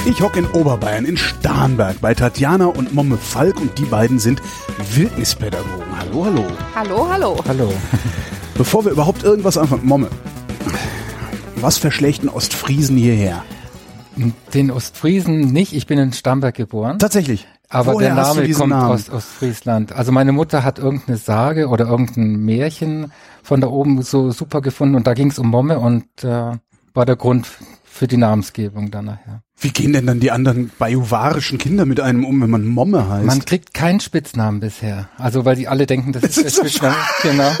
Ich hocke in Oberbayern, in Starnberg, bei Tatjana und Momme Falk und die beiden sind Wildnispädagogen. Hallo, hallo. Hallo, hallo. Hallo. Bevor wir überhaupt irgendwas anfangen, Momme, was verschlägt einen Ostfriesen hierher? Den Ostfriesen nicht, ich bin in Starnberg geboren. Tatsächlich? Aber Woher der hast du Name diesen kommt Namen? aus Ostfriesland. Also meine Mutter hat irgendeine Sage oder irgendein Märchen von da oben so super gefunden und da ging es um Momme und war der Grund für die Namensgebung dann nachher. Wie gehen denn dann die anderen bajuwarischen Kinder mit einem um, wenn man Momme heißt? Man kriegt keinen Spitznamen bisher. Also weil die alle denken, das ist der so Spitzname. Genau.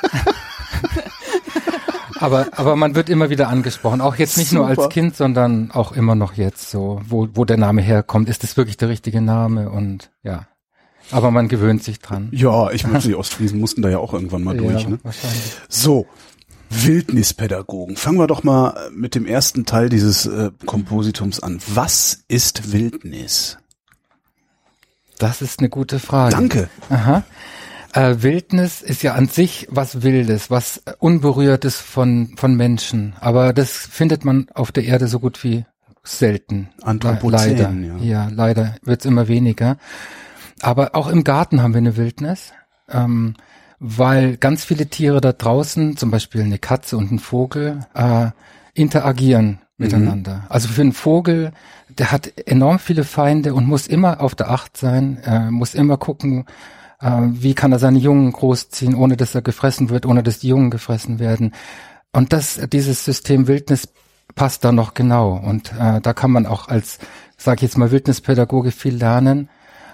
Aber man wird immer wieder angesprochen. Auch jetzt nicht nur Super. als Kind, sondern auch immer noch jetzt so, wo der Name herkommt. Ist das wirklich der richtige Name? Und ja. Aber man gewöhnt sich dran. Ja, ich meine, die Ostfriesen mussten da ja auch irgendwann mal durch. Ja, Ne? wahrscheinlich. So, Wildnispädagogen. Fangen wir doch mal mit dem ersten Teil dieses Kompositums an. Was ist Wildnis? Das ist eine gute Frage. Danke. Aha. Wildnis ist ja an sich was Wildes, was Unberührtes von Menschen. Aber das findet man auf der Erde so gut wie selten. Anthropozän, Leider. Ja, leider wird's immer weniger. Aber auch im Garten haben wir eine Wildnis, weil ganz viele Tiere da draußen, zum Beispiel eine Katze und ein Vogel, interagieren miteinander. Also für einen Vogel, der hat enorm viele Feinde und muss immer auf der Acht sein, muss immer gucken, wie kann er seine Jungen großziehen, ohne dass er gefressen wird, ohne dass die Jungen gefressen werden. Und dieses System Wildnis passt da noch genau. Und da kann man auch als, sag ich jetzt mal, Wildnispädagoge viel lernen,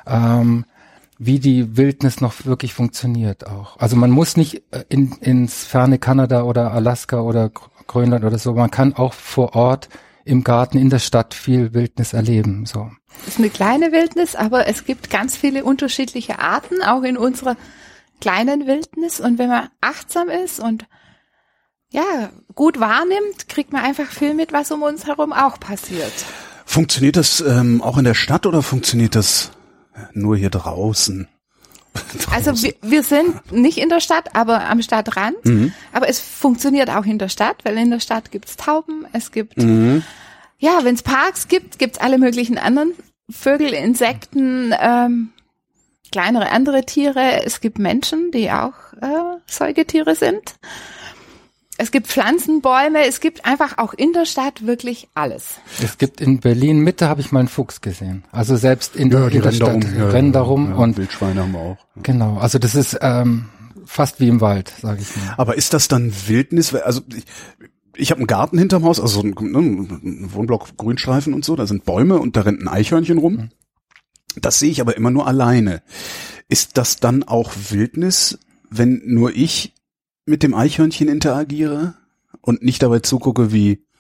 wie die Wildnis noch wirklich funktioniert auch. Also man muss nicht ins ferne Kanada oder Alaska oder Grönland oder so. Man kann auch vor Ort im Garten, in der Stadt viel Wildnis erleben. So. Das ist eine kleine Wildnis, aber es gibt ganz viele unterschiedliche Arten, auch in unserer kleinen Wildnis. Und wenn man achtsam ist und ja gut wahrnimmt, kriegt man einfach viel mit, was um uns herum auch passiert. Funktioniert das auch in der Stadt oder funktioniert das nur hier draußen? Also wir sind nicht in der Stadt, aber am Stadtrand. Aber es funktioniert auch in der Stadt, weil in der Stadt gibt's Tauben, es gibt, ja, wenn es Parks gibt, gibt's alle möglichen anderen Vögel, Insekten, kleinere andere Tiere. Es gibt Menschen, die auch Säugetiere sind. Es gibt Pflanzen, Bäume, es gibt einfach auch in der Stadt wirklich alles. Es gibt in Berlin Mitte, habe ich mal einen Fuchs gesehen. Also selbst in der Stadt rennen da rum. Und Wildschweine haben wir auch. genau, also das ist fast wie im Wald, sage ich mal. Aber ist das dann Wildnis? Also ich habe einen Garten hinterm Haus, also ein Wohnblock Grünstreifen und so, da sind Bäume und da rennt ein Eichhörnchen rum. Das sehe ich aber immer nur alleine. Ist das dann auch Wildnis, wenn nur ich mit dem Eichhörnchen interagiere und nicht dabei zugucke,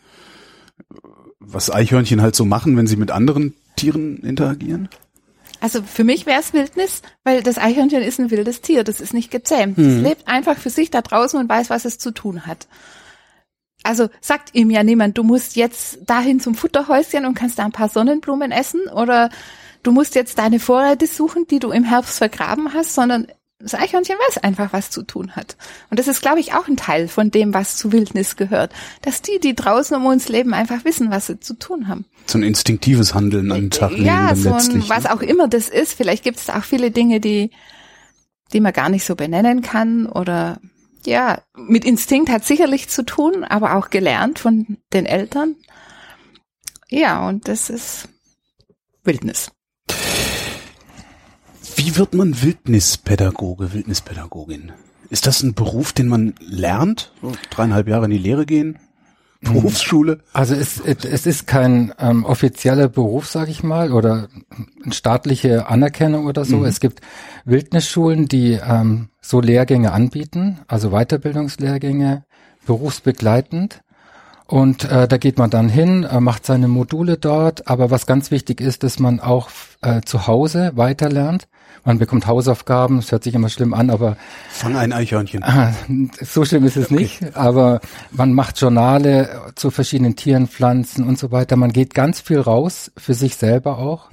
was Eichhörnchen halt so machen, wenn sie mit anderen Tieren interagieren? Also für mich wäre es Wildnis, weil das Eichhörnchen ist ein wildes Tier, das ist nicht gezähmt. Das lebt einfach für sich da draußen und weiß, was es zu tun hat. Also sagt ihm ja niemand, du musst jetzt dahin zum Futterhäuschen und kannst da ein paar Sonnenblumen essen oder du musst jetzt deine Vorräte suchen, die du im Herbst vergraben hast, sondern das Eichhörnchen weiß einfach, was zu tun hat. Und das ist, glaube ich, auch ein Teil von dem, was zu Wildnis gehört. Dass die draußen um uns leben, einfach wissen, was sie zu tun haben. So ein instinktives Handeln an den Tag legen ja, dann so letztlich. was auch immer das ist. Vielleicht gibt es da auch viele Dinge, die man gar nicht so benennen kann. Oder ja, mit Instinkt hat sicherlich zu tun, aber auch gelernt von den Eltern. Ja, und das ist Wildnis. Wie wird man Wildnispädagoge, Wildnispädagogin? Ist das ein Beruf, den man lernt? So 3,5 Jahre in die Lehre gehen? Berufsschule? Also es ist kein offizieller Beruf, sage ich mal, oder eine staatliche Anerkennung oder so. Es gibt Wildnisschulen, die so Lehrgänge anbieten, also Weiterbildungslehrgänge, berufsbegleitend. Und da geht man dann hin, macht seine Module dort. Aber was ganz wichtig ist, dass man auch zu Hause weiterlernt. Man bekommt Hausaufgaben, es hört sich immer schlimm an, aber Fang ein Eichhörnchen. so schlimm ist es nicht. Aber man macht Journale zu verschiedenen Tieren, Pflanzen und so weiter. Man geht ganz viel raus, für sich selber auch.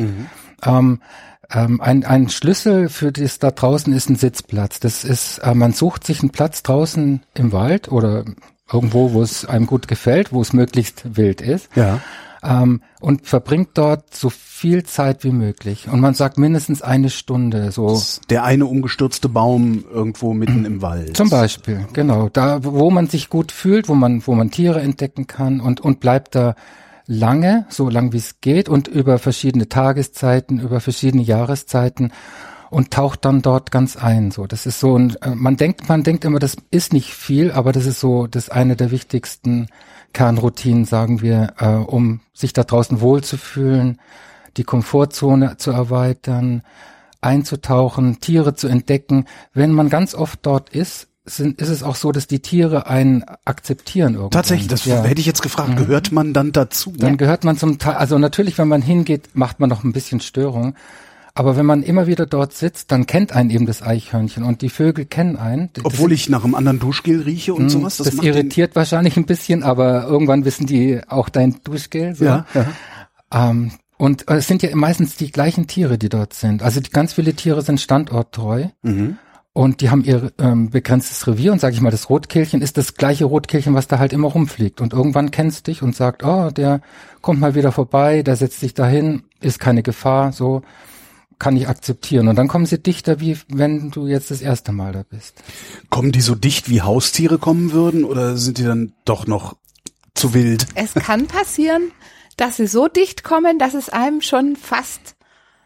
Ein Schlüssel für das da draußen ist ein Sitzplatz. Das ist, man sucht sich einen Platz draußen im Wald oder irgendwo, wo es einem gut gefällt, wo es möglichst wild ist. Ja. und verbringt dort so viel Zeit wie möglich. Und man sagt mindestens 1 Stunde. So der eine umgestürzte Baum irgendwo mitten im Wald. Zum Beispiel, genau. Da, wo man sich gut fühlt, wo man Tiere entdecken kann und bleibt da lange, so lang wie es geht und über verschiedene Tageszeiten, über verschiedene Jahreszeiten und taucht dann dort ganz ein. So, das ist so man denkt immer, das ist nicht viel, aber das ist so, das ist eine der wichtigsten Kernroutinen, sagen wir, um sich da draußen wohlzufühlen, die Komfortzone zu erweitern, einzutauchen, Tiere zu entdecken. Wenn man ganz oft dort ist es auch so, dass die Tiere einen akzeptieren irgendwann. Tatsächlich, das hätte ich jetzt gefragt. Gehört man dann dazu? Dann gehört man zum Teil, also natürlich, wenn man hingeht, macht man noch ein bisschen Störung. Aber wenn man immer wieder dort sitzt, dann kennt einen eben das Eichhörnchen und die Vögel kennen einen. Obwohl ich nach einem anderen Duschgel rieche und sowas. Das irritiert wahrscheinlich ein bisschen, aber irgendwann wissen die auch dein Duschgel. So. Ja. Und es sind ja meistens die gleichen Tiere, die dort sind. Also ganz viele Tiere sind standorttreu. Mhm. Und die haben ihr begrenztes Revier und sage ich mal, das Rotkehlchen ist das gleiche Rotkehlchen, was da halt immer rumfliegt. Und irgendwann kennst dich und sagt, oh, der kommt mal wieder vorbei, der setzt sich dahin, ist keine Gefahr, so kann ich akzeptieren. Und dann kommen sie dichter, wie wenn du jetzt das erste Mal da bist. Kommen die so dicht, wie Haustiere kommen würden, oder sind die dann doch noch zu wild? Es kann passieren, dass sie so dicht kommen, dass es einem schon fast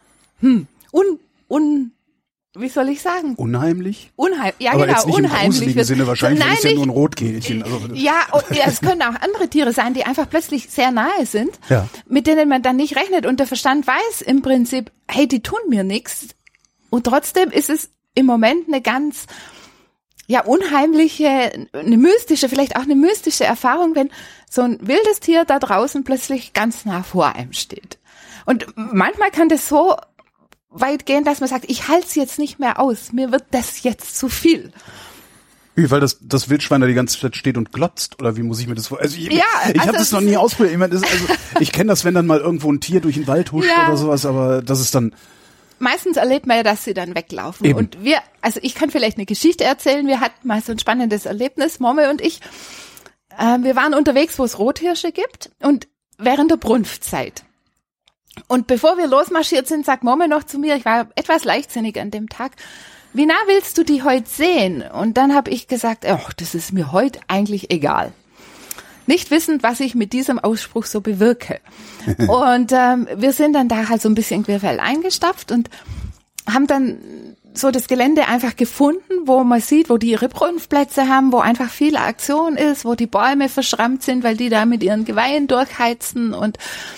wie soll ich sagen? Unheimlich? Ja, aber genau, jetzt nicht unheimlich. Im gruseligen Sinne wahrscheinlich, Nein, ist ja nur ein Rotkehlchen. Also ja, es können auch andere Tiere sein, die einfach plötzlich sehr nahe sind, ja, mit denen man dann nicht rechnet und der Verstand weiß im Prinzip, hey, die tun mir nichts. Und trotzdem ist es im Moment eine ganz unheimliche, vielleicht auch eine mystische Erfahrung, wenn so ein wildes Tier da draußen plötzlich ganz nah vor einem steht. Und manchmal kann das so weit gehen, dass man sagt, ich halte es jetzt nicht mehr aus, mir wird das jetzt zu viel. Wie, weil das Wildschwein da die ganze Zeit steht und glotzt, oder wie muss ich mir das vorstellen? Also ich habe das noch nie ausprobiert. Ich meine, ich kenne das, wenn dann mal irgendwo ein Tier durch den Wald huscht oder sowas, aber das ist dann... Meistens erlebt man ja, dass sie dann weglaufen. Eben. Und ich kann vielleicht eine Geschichte erzählen, wir hatten mal so ein spannendes Erlebnis, Momme und ich. Wir waren unterwegs, wo es Rothirsche gibt und während der Brunftzeit. Und bevor wir losmarschiert sind, sagt Momme noch zu mir, ich war etwas leichtsinnig an dem Tag, wie nah willst du die heute sehen? Und dann habe ich gesagt, das ist mir heute eigentlich egal. Nicht wissend, was ich mit diesem Ausspruch so bewirke. Und wir sind dann da halt so ein bisschen querfeld eingestapft und haben dann so das Gelände einfach gefunden, wo man sieht, wo die ihre Brunftplätze haben, wo einfach viel Aktion ist, wo die Bäume verschrammt sind, weil die da mit ihren Geweihen durchheizen und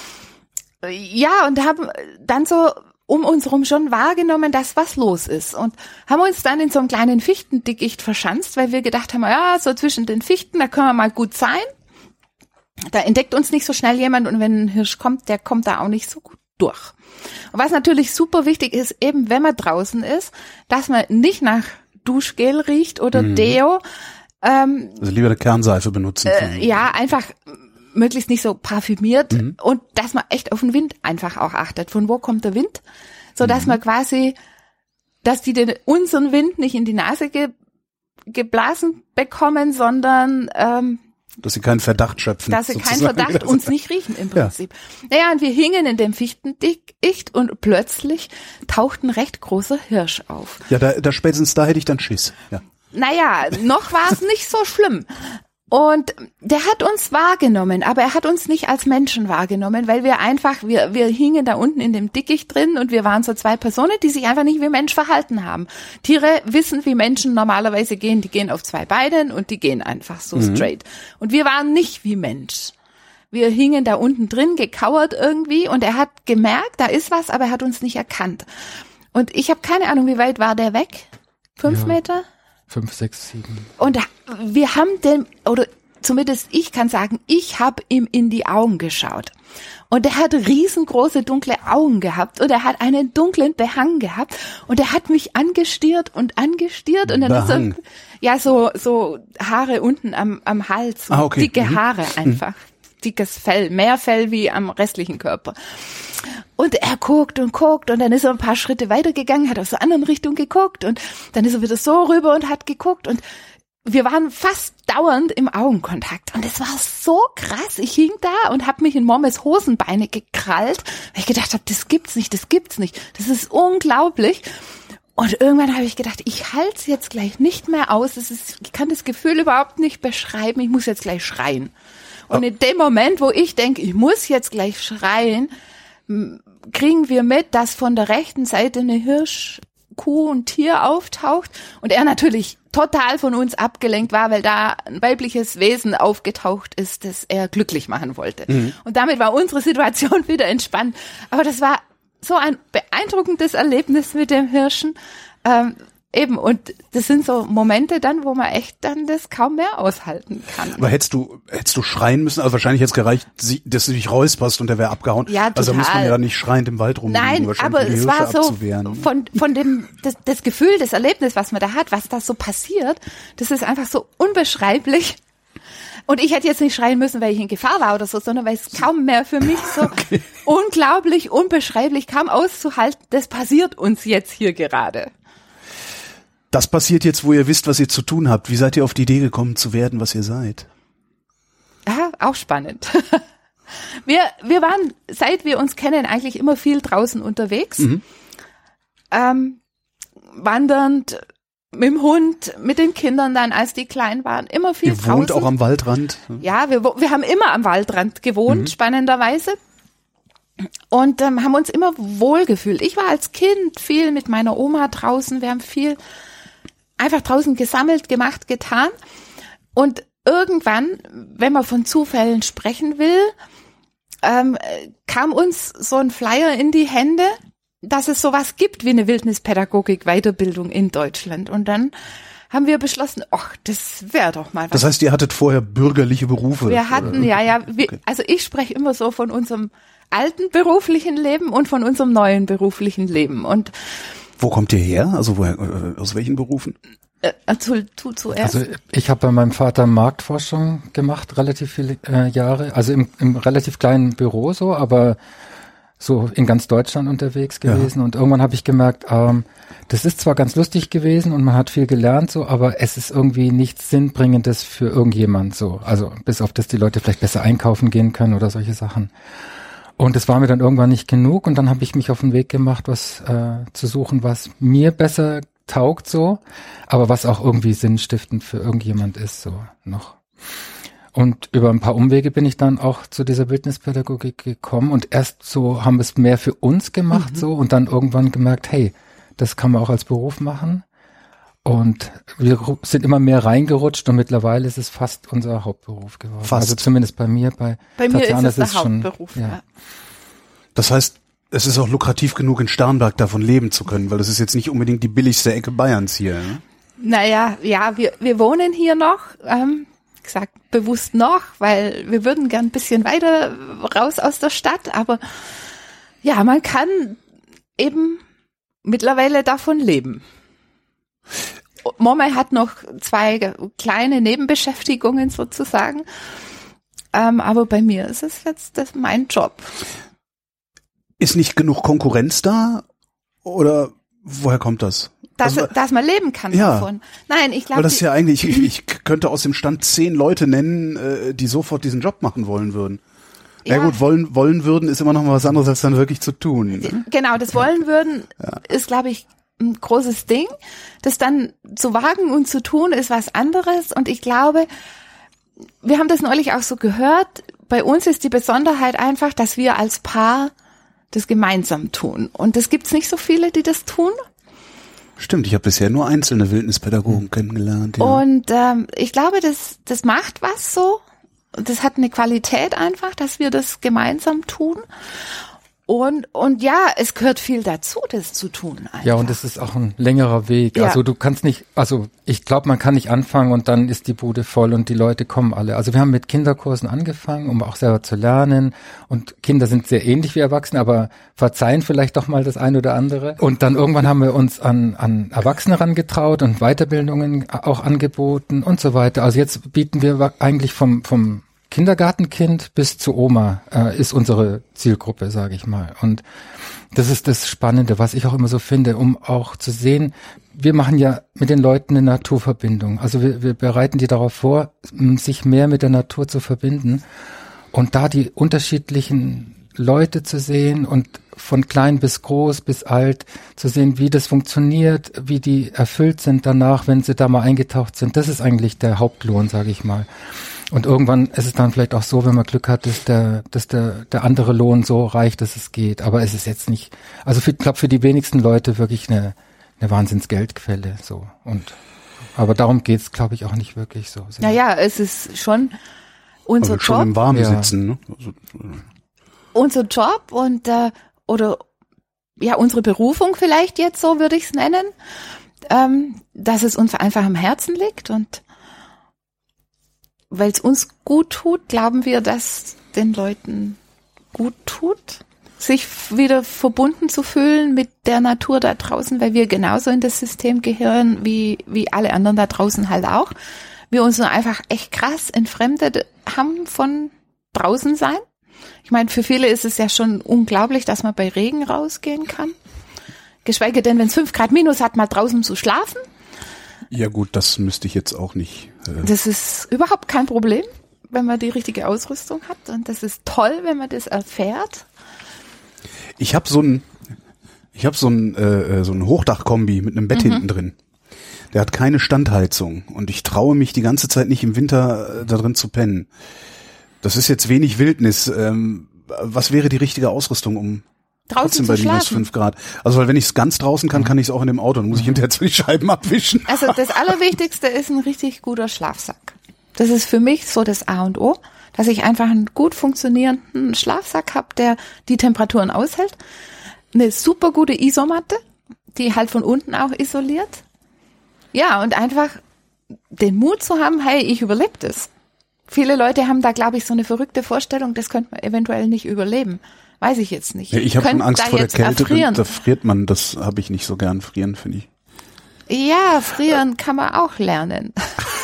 und haben dann so um uns rum schon wahrgenommen, dass was los ist und haben uns dann in so einem kleinen Fichtendickicht verschanzt, weil wir gedacht haben, so zwischen den Fichten, da können wir mal gut sein. Da entdeckt uns nicht so schnell jemand und wenn ein Hirsch kommt, der kommt da auch nicht so gut durch. Und was natürlich super wichtig ist, eben wenn man draußen ist, dass man nicht nach Duschgel riecht oder Deo. Also lieber eine Kernseife benutzen. Einfach möglichst nicht so parfümiert und dass man echt auf den Wind einfach auch achtet. Von wo kommt der Wind? So dass man quasi, dass die unseren Wind nicht in die Nase geblasen bekommen, sondern dass sie keinen Verdacht schöpfen. Dass sie keinen Verdacht uns nicht riechen im Prinzip. Ja, und wir hingen in dem Fichtendickicht und plötzlich taucht ein recht großer Hirsch auf. Ja, da spätestens da hätte ich dann Schiss. Ja. Naja, noch war es nicht so schlimm. Und der hat uns wahrgenommen, aber er hat uns nicht als Menschen wahrgenommen, weil wir hingen da unten in dem Dickicht drin und wir waren so 2 Personen, die sich einfach nicht wie Mensch verhalten haben. Tiere wissen, wie Menschen normalerweise gehen, die gehen auf 2 Beinen und die gehen einfach so straight. Und wir waren nicht wie Mensch. Wir hingen da unten drin, gekauert irgendwie und er hat gemerkt, da ist was, aber er hat uns nicht erkannt. Und ich habe keine Ahnung, wie weit war der weg? 5 Meter? 5, 6, 7. Und wir haben oder zumindest ich kann sagen, ich habe ihm in die Augen geschaut. Und er hat riesengroße dunkle Augen gehabt und er hat einen dunklen Behang gehabt und er hat mich angestiert und dann Behang. ist so Haare unten am Hals, so dicke Haare einfach. Dickes Fell, mehr Fell wie am restlichen Körper. Und er guckt und dann ist er ein paar Schritte weitergegangen, hat aus der anderen Richtung geguckt und dann ist er wieder so rüber und hat geguckt und wir waren fast dauernd im Augenkontakt und es war so krass. Ich hing da und habe mich in Mommes Hosenbeine gekrallt, weil ich gedacht habe, das gibt's nicht. Das ist unglaublich. Und irgendwann habe ich gedacht, ich halte es jetzt gleich nicht mehr aus. Ich kann das Gefühl überhaupt nicht beschreiben. Ich muss jetzt gleich schreien. Und in dem Moment, wo ich denke, ich muss jetzt gleich schreien, kriegen wir mit, dass von der rechten Seite eine Hirsch, Kuh und Tier auftaucht und er natürlich total von uns abgelenkt war, weil da ein weibliches Wesen aufgetaucht ist, das er glücklich machen wollte. Mhm. Und damit war unsere Situation wieder entspannt. Aber das war so ein beeindruckendes Erlebnis mit dem Hirschen. Eben, und das sind so Momente dann, wo man echt dann das kaum mehr aushalten kann. Aber hättest du schreien müssen? Also wahrscheinlich hätte es gereicht, dass du dich räusperst und der wäre abgehauen. Ja, total. Also muss man ja nicht schreiend im Wald rumliegen. Nein, aber es war so von dem, das Gefühl, das Erlebnis, was man da hat, was da so passiert, das ist einfach so unbeschreiblich. Und ich hätte jetzt nicht schreien müssen, weil ich in Gefahr war oder so, sondern weil es kaum mehr für mich so unglaublich, unbeschreiblich, kaum auszuhalten, das passiert uns jetzt hier gerade. Das passiert jetzt, wo ihr wisst, was ihr zu tun habt. Wie seid ihr auf die Idee gekommen, zu werden, was ihr seid? Ja, auch spannend. Wir waren, seit wir uns kennen, eigentlich immer viel draußen unterwegs. Mhm. Wandernd, mit dem Hund, mit den Kindern dann, als die klein waren, immer viel draußen. Ihr wohnt auch am Waldrand? Ja, wir haben immer am Waldrand gewohnt, spannenderweise. Und haben uns immer wohlgefühlt. Ich war als Kind viel mit meiner Oma draußen. Wir haben viel einfach draußen gesammelt, gemacht, getan. Und irgendwann, wenn man von Zufällen sprechen will, kam uns so ein Flyer in die Hände, dass es sowas gibt wie eine Wildnispädagogik-Weiterbildung in Deutschland. Und dann haben wir beschlossen, ach, das wäre doch mal was. Das heißt, ihr hattet vorher bürgerliche Berufe? Wir hatten, also ich spreche immer so von unserem alten beruflichen Leben und von unserem neuen beruflichen Leben. Und wo kommt ihr her? Also aus welchen Berufen? Du zuerst. Also ich habe bei meinem Vater Marktforschung gemacht, relativ viele Jahre, also im relativ kleinen Büro so, aber so in ganz Deutschland unterwegs gewesen. Ja. Und irgendwann habe ich gemerkt, das ist zwar ganz lustig gewesen und man hat viel gelernt so, aber es ist irgendwie nichts Sinnbringendes für irgendjemand so. Also bis auf das die Leute vielleicht besser einkaufen gehen können oder solche Sachen. Und es war mir dann irgendwann nicht genug und dann habe ich mich auf den Weg gemacht, was zu suchen, was mir besser taugt so, aber was auch irgendwie sinnstiftend für irgendjemand ist so noch. Und über ein paar Umwege bin ich dann auch zu dieser Wildnispädagogik gekommen und erst so haben wir es mehr für uns gemacht so und dann irgendwann gemerkt, hey, das kann man auch als Beruf machen. Und wir sind immer mehr reingerutscht und mittlerweile ist es fast unser Hauptberuf geworden. Fast. Also zumindest bei mir, bei Tatjana mir ist es der Hauptberuf, schon, ja. Das heißt, es ist auch lukrativ genug, in Starnberg davon leben zu können, weil das ist jetzt nicht unbedingt die billigste Ecke Bayerns hier. Ne? Naja, ja, wir wohnen hier noch, gesagt bewusst noch, weil wir würden gern ein bisschen weiter raus aus der Stadt, aber ja, man kann eben mittlerweile davon leben. Momme hat noch 2 kleine Nebenbeschäftigungen sozusagen, aber bei mir ist es jetzt mein Job. Ist nicht genug Konkurrenz da oder woher kommt das? Dass man leben kann davon. Nein, ich glaube. Weil das ist ja eigentlich, ich könnte aus dem Stand 10 Leute nennen, die sofort diesen Job machen wollen würden. Ja gut, wollen würden ist immer noch mal was anderes, als dann wirklich zu tun. Genau, das wollen würden ist, glaube ich, ein großes Ding. Das dann zu wagen und zu tun ist was anderes. Und ich glaube, wir haben das neulich auch so gehört, bei uns ist die Besonderheit einfach, dass wir als Paar das gemeinsam tun. Und es gibt's nicht so viele, die das tun. Stimmt, ich habe bisher nur einzelne Wildnispädagogen kennengelernt. Ja. Und ich glaube, das macht was so. Das hat eine Qualität einfach, dass wir das gemeinsam tun. Und ja, es gehört viel dazu, das zu tun. Einfach. Ja, und es ist auch ein längerer Weg. Ja. Also du kannst nicht, also ich glaube, man kann nicht anfangen und dann ist die Bude voll und die Leute kommen alle. Also wir haben mit Kinderkursen angefangen, um auch selber zu lernen. Und Kinder sind sehr ähnlich wie Erwachsene, aber verzeihen vielleicht doch mal das eine oder andere. Und dann irgendwann haben wir uns an Erwachsene herangetraut und Weiterbildungen auch angeboten und so weiter. Also jetzt bieten wir eigentlich vom Kindergartenkind bis zu Oma ist unsere Zielgruppe, sage ich mal. Und das ist das Spannende, was ich auch immer so finde, um auch zu sehen, wir machen ja mit den Leuten eine Naturverbindung. Also wir bereiten die darauf vor, sich mehr mit der Natur zu verbinden und da die unterschiedlichen Leute zu sehen und von klein bis groß bis alt zu sehen, wie das funktioniert, wie die erfüllt sind danach, wenn sie da mal eingetaucht sind. Das ist eigentlich der Hauptlohn, sage ich mal. Und irgendwann ist es dann vielleicht auch so, wenn man Glück hat, dass der andere Lohn so reicht, dass es geht. Aber es ist jetzt nicht, also ich glaube für die wenigsten Leute wirklich eine Wahnsinnsgeldquelle. So. Aber darum geht's, glaube ich, auch nicht wirklich so. Naja, es ist schon unser Job. Schon im Warmen sitzen, ne? Also, unser Job und oder ja unsere Berufung vielleicht jetzt, so würde ich es nennen, dass es uns einfach am Herzen liegt und weil es uns gut tut, glauben wir, dass den Leuten gut tut, sich wieder verbunden zu fühlen mit der Natur da draußen, weil wir genauso in das System gehören wie alle anderen da draußen halt auch. Wir uns nur einfach echt krass entfremdet haben von draußen sein. Ich meine, für viele ist es ja schon unglaublich, dass man bei Regen rausgehen kann. Geschweige denn, wenn es 5 Grad minus hat, mal draußen zu schlafen. ja gut, das müsste ich jetzt auch nicht. Das ist überhaupt kein Problem, wenn man die richtige Ausrüstung hat. Und das ist toll, wenn man das erfährt. Ich habe so ein Hochdachkombi mit einem Bett hinten drin. Der hat keine Standheizung und ich traue mich die ganze Zeit nicht im Winter da drin zu pennen. Das ist jetzt wenig Wildnis. Was wäre die richtige Ausrüstung, um Draußen trotzdem bei zu minus schlafen. 5 Grad? Also weil wenn ich es ganz draußen kann ich es auch in dem Auto. Dann muss ich hinterher zwar die Scheiben abwischen. Also das Allerwichtigste ist ein richtig guter Schlafsack. Das ist für mich so das A und O, dass ich einfach einen gut funktionierenden Schlafsack habe, der die Temperaturen aushält. Eine super gute Isomatte, die halt von unten auch isoliert. Ja, und einfach den Mut zu haben, hey, ich überlebe das. Viele Leute haben da, glaube ich, so eine verrückte Vorstellung, das könnte man eventuell nicht überleben. Weiß ich jetzt nicht. Ja, ich habe schon Angst vor der Kälte, erfrieren. da friert man. Das habe ich nicht so gern, frieren, finde ich. Ja, frieren kann man auch lernen.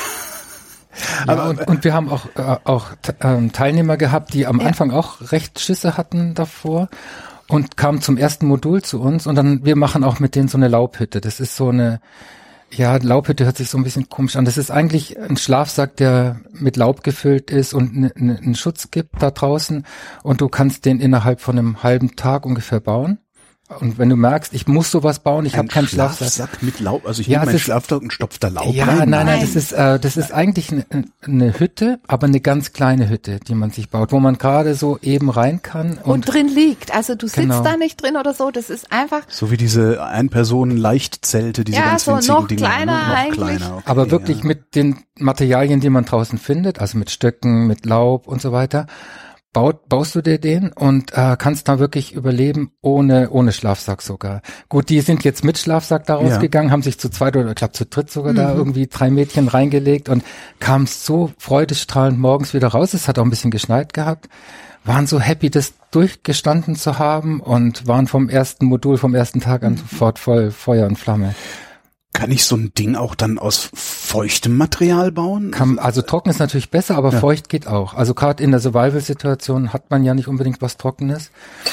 Ja, und wir haben auch Teilnehmer gehabt, die am Anfang auch recht Schisse hatten davor und kamen zum ersten Modul zu uns und dann, wir machen auch mit denen so eine Laubhütte. Das ist so eine, ja, Laubhütte hört sich so ein bisschen komisch an. Das ist eigentlich ein Schlafsack, der mit Laub gefüllt ist und einen Schutz gibt da draußen und du kannst den innerhalb von einem halben Tag ungefähr bauen. Und wenn du merkst, ich muss sowas bauen, ich habe keinen Schlafsack mit Laub, also ich nehme meinen Schlafsack und stopfe da Laub ja, rein. Nein, das ist eigentlich eine Hütte, aber eine ganz kleine Hütte, die man sich baut, wo man gerade so eben rein kann. Und drin liegt, also du sitzt da nicht drin oder so, das ist einfach... So wie diese Ein-Personen-Leichtzelte, diese ganz so winzigen noch Dinger. kleiner Noch eigentlich. kleiner, okay, aber wirklich mit den Materialien, die man draußen findet, also mit Stöcken, mit Laub und so weiter, baust du dir den und kannst da wirklich überleben ohne Schlafsack sogar. Gut, die sind jetzt mit Schlafsack da rausgegangen, haben sich zu zweit oder ich glaube zu dritt sogar da irgendwie 3 Mädchen reingelegt und kamen so freudestrahlend morgens wieder raus. Es hat auch ein bisschen geschneit gehabt. Waren so happy, das durchgestanden zu haben und waren vom ersten Modul, vom ersten Tag an sofort voll Feuer und Flamme. Kann ich so ein Ding auch dann aus feuchtem Material bauen? Also trocken ist natürlich besser, aber feucht geht auch. Also gerade in der Survival-Situation hat man ja nicht unbedingt was Trockenes.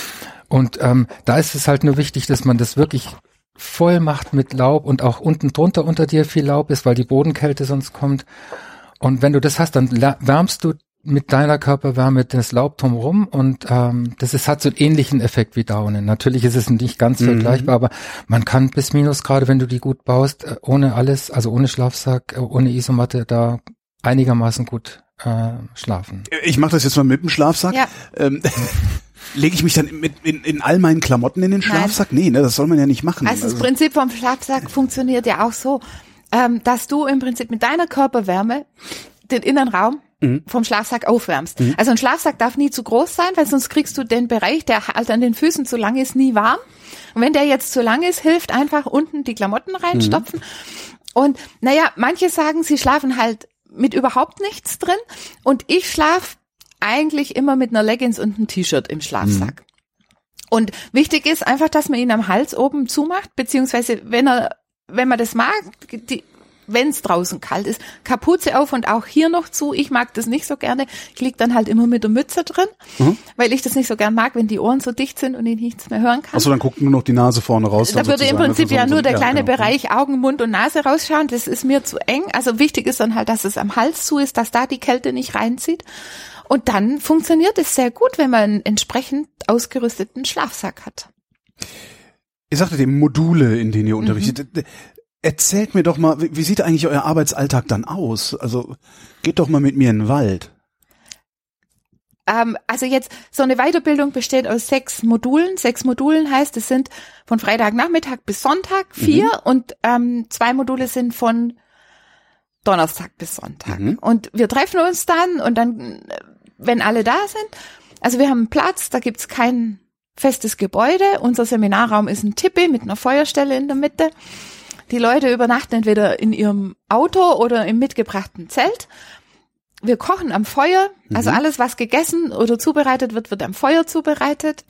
Und da ist es halt nur wichtig, dass man das wirklich voll macht mit Laub und auch unten drunter unter dir viel Laub ist, weil die Bodenkälte sonst kommt. Und wenn du das hast, dann wärmst du mit deiner Körperwärme das Laub drumherum und hat so einen ähnlichen Effekt wie Daunen. Natürlich ist es nicht ganz vergleichbar, aber man kann bis Minusgrade, wenn du die gut baust, ohne alles, also ohne Schlafsack, ohne Isomatte, da einigermaßen gut schlafen. Ich mache das jetzt mal mit dem Schlafsack. Ja. Lege ich mich dann in all meinen Klamotten in den Schlafsack? Nein. Nee, ne, das soll man ja nicht machen. Also das Prinzip vom Schlafsack funktioniert ja auch so, dass du im Prinzip mit deiner Körperwärme den Innenraum vom Schlafsack aufwärmst. Also ein Schlafsack darf nie zu groß sein, weil sonst kriegst du den Bereich, der halt an den Füßen zu lang ist, nie warm. Und wenn der jetzt zu lang ist, hilft einfach unten die Klamotten reinstopfen. Und naja, manche sagen, sie schlafen halt mit überhaupt nichts drin. Und ich schlafe eigentlich immer mit einer Leggings und einem T-Shirt im Schlafsack. Und wichtig ist einfach, dass man ihn am Hals oben zumacht, beziehungsweise wenn man das mag, wenn es draußen kalt ist, Kapuze auf und auch hier noch zu. Ich mag das nicht so gerne. Ich lieg dann halt immer mit der Mütze drin, weil ich das nicht so gern mag, wenn die Ohren so dicht sind und ich nichts mehr hören kann. Achso, dann guckt nur noch die Nase vorne raus. Da würde im Prinzip ja nur der kleine genau. Bereich Augen, Mund und Nase rausschauen. Das ist mir zu eng. Also wichtig ist dann halt, dass es am Hals zu ist, dass da die Kälte nicht reinzieht. Und dann funktioniert es sehr gut, wenn man einen entsprechend ausgerüsteten Schlafsack hat. Ihr sagtet eben Module, in denen ihr unterrichtet. Erzählt mir doch mal, wie sieht eigentlich euer Arbeitsalltag dann aus? Also geht doch mal mit mir in den Wald. Also jetzt, so eine Weiterbildung besteht aus 6 Modulen. 6 Modulen heißt, es sind von Freitagnachmittag bis Sonntag 4 und 2 Module sind von Donnerstag bis Sonntag. Und wir treffen uns dann und dann, wenn alle da sind, also wir haben einen Platz, da gibt's kein festes Gebäude. Unser Seminarraum ist ein Tipi mit einer Feuerstelle in der Mitte. Die Leute übernachten entweder in ihrem Auto oder im mitgebrachten Zelt. Wir kochen am Feuer, also alles, was gegessen oder zubereitet wird, wird am Feuer zubereitet.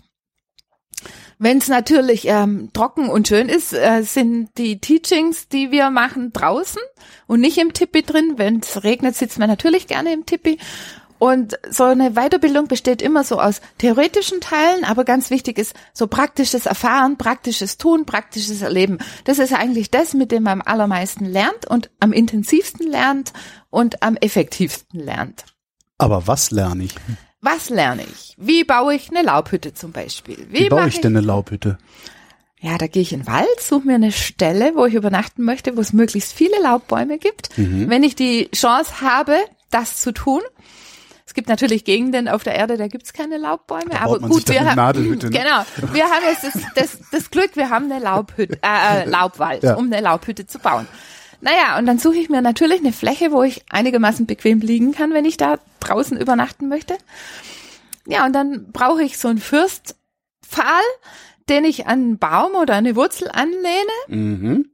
Wenn es natürlich trocken und schön ist, sind die Teachings, die wir machen, draußen und nicht im Tipi drin. Wenn es regnet, sitzt man natürlich gerne im Tipi. Und so eine Weiterbildung besteht immer so aus theoretischen Teilen, aber ganz wichtig ist so praktisches Erfahren, praktisches Tun, praktisches Erleben. Das ist eigentlich das, mit dem man am allermeisten lernt und am intensivsten lernt und am effektivsten lernt. Aber was lerne ich? Was lerne ich? Wie baue ich eine Laubhütte zum Beispiel? Wie baue ich denn eine Laubhütte? Ja, da gehe ich in den Wald, suche mir eine Stelle, wo ich übernachten möchte, wo es möglichst viele Laubbäume gibt. Wenn ich die Chance habe, das zu tun. Es gibt natürlich Gegenden auf der Erde, da gibt's keine Laubbäume, da aber gut, wir haben Nadelhütte, ne? genau, wir haben jetzt das Glück, wir haben eine Laubhütte, Laubwald, um eine Laubhütte zu bauen. Naja, und dann suche ich mir natürlich eine Fläche, wo ich einigermaßen bequem liegen kann, wenn ich da draußen übernachten möchte. Ja, und dann brauche ich so einen Firstpfahl, den ich an einen Baum oder eine Wurzel anlehne.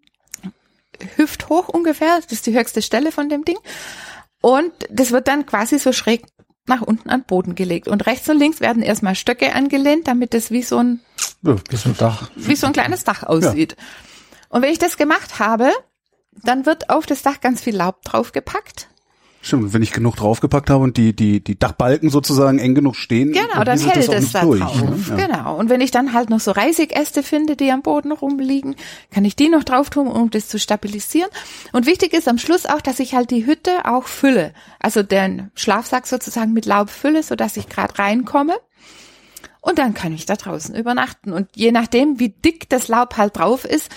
Hüfthoch ungefähr, das ist die höchste Stelle von dem Ding. Und das wird dann quasi so schräg nach unten an den Boden gelegt. Und rechts und links werden erstmal Stöcke angelehnt, damit das wie so ein Dach. Wie so ein kleines Dach aussieht. Ja. Und wenn ich das gemacht habe, dann wird auf das Dach ganz viel Laub draufgepackt. Stimmt, wenn ich genug draufgepackt habe und die Dachbalken sozusagen eng genug stehen, genau, dann hält es da durch, drauf. Ne? Ja. Genau. Und wenn ich dann halt noch so Reisigeäste finde, die am Boden rumliegen, kann ich die noch drauf tun, um das zu stabilisieren. Und wichtig ist am Schluss auch, dass ich halt die Hütte auch fülle. Also den Schlafsack sozusagen mit Laub fülle, sodass ich gerade reinkomme. Und dann kann ich da draußen übernachten. Und je nachdem, wie dick das Laub halt drauf ist,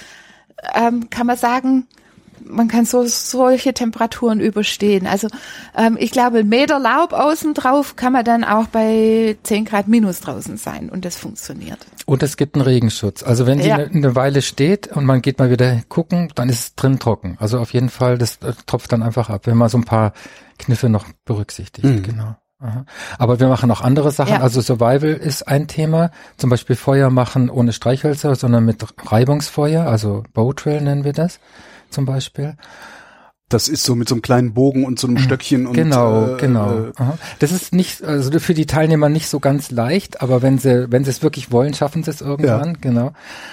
kann man sagen, man kann solche Temperaturen überstehen. Also ich glaube, 1 Meter Laub außen drauf kann man dann auch bei 10 Grad minus draußen sein und das funktioniert. Und es gibt einen Regenschutz. Also wenn die eine Weile steht und man geht mal wieder gucken, dann ist es drin trocken. Also auf jeden Fall, das tropft dann einfach ab, wenn man so ein paar Kniffe noch berücksichtigt. Genau. Aha. Aber wir machen auch andere Sachen. Also Survival ist ein Thema. Zum Beispiel Feuer machen ohne Streichhölzer, sondern mit Reibungsfeuer. Also Bowtrail nennen wir das zum Beispiel. Das ist so mit so einem kleinen Bogen und so einem Stöckchen. Und, genau. Aha. Das ist nicht, also für die Teilnehmer nicht so ganz leicht, aber wenn sie es wirklich wollen, schaffen sie es irgendwann. Genau.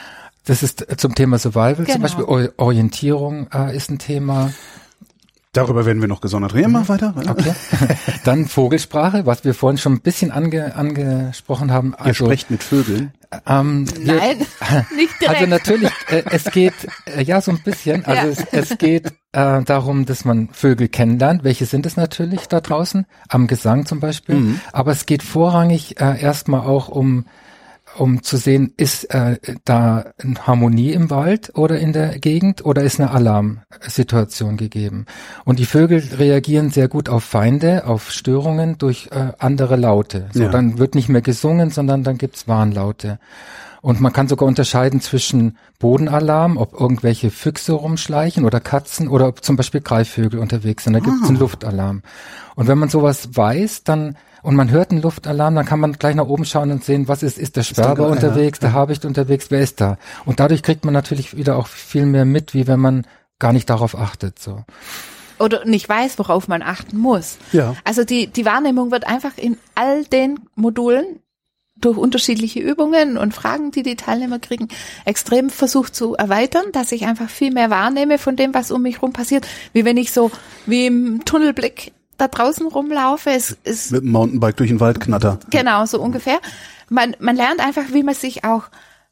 Das ist zum Thema Survival. Zum Beispiel Orientierung ist ein Thema. Darüber werden wir noch gesondert reden. Mach weiter. Okay. Dann Vogelsprache, was wir vorhin schon ein bisschen angesprochen haben. Ihr sprecht mit Vögeln? Nein, nicht direkt. Also natürlich, es geht, so ein bisschen. Also es geht darum, dass man Vögel kennenlernt. Welche sind es natürlich da draußen? Am Gesang zum Beispiel. Aber es geht vorrangig erstmal auch um zu sehen, ist da eine Harmonie im Wald oder in der Gegend oder ist eine Alarmsituation gegeben. Und die Vögel reagieren sehr gut auf Feinde, auf Störungen durch andere Laute. So, dann wird nicht mehr gesungen, sondern dann gibt's Warnlaute. Und man kann sogar unterscheiden zwischen Bodenalarm, ob irgendwelche Füchse rumschleichen oder Katzen oder ob zum Beispiel Greifvögel unterwegs sind. Da gibt's einen Luftalarm. Und wenn man sowas weiß, und man hört einen Luftalarm, dann kann man gleich nach oben schauen und sehen, was ist der Sperber unterwegs, der Habicht unterwegs, wer ist da? Und dadurch kriegt man natürlich wieder auch viel mehr mit, wie wenn man gar nicht darauf achtet, so. Oder nicht weiß, worauf man achten muss. Ja. Also die Wahrnehmung wird einfach in all den Modulen durch unterschiedliche Übungen und Fragen, die Teilnehmer kriegen, extrem versucht zu erweitern, dass ich einfach viel mehr wahrnehme von dem, was um mich rum passiert, wie wenn ich so wie im Tunnelblick da draußen rumlaufe. Es ist mit dem Mountainbike durch den Wald knatter. Genau, so ungefähr. Man lernt einfach, wie man sich auch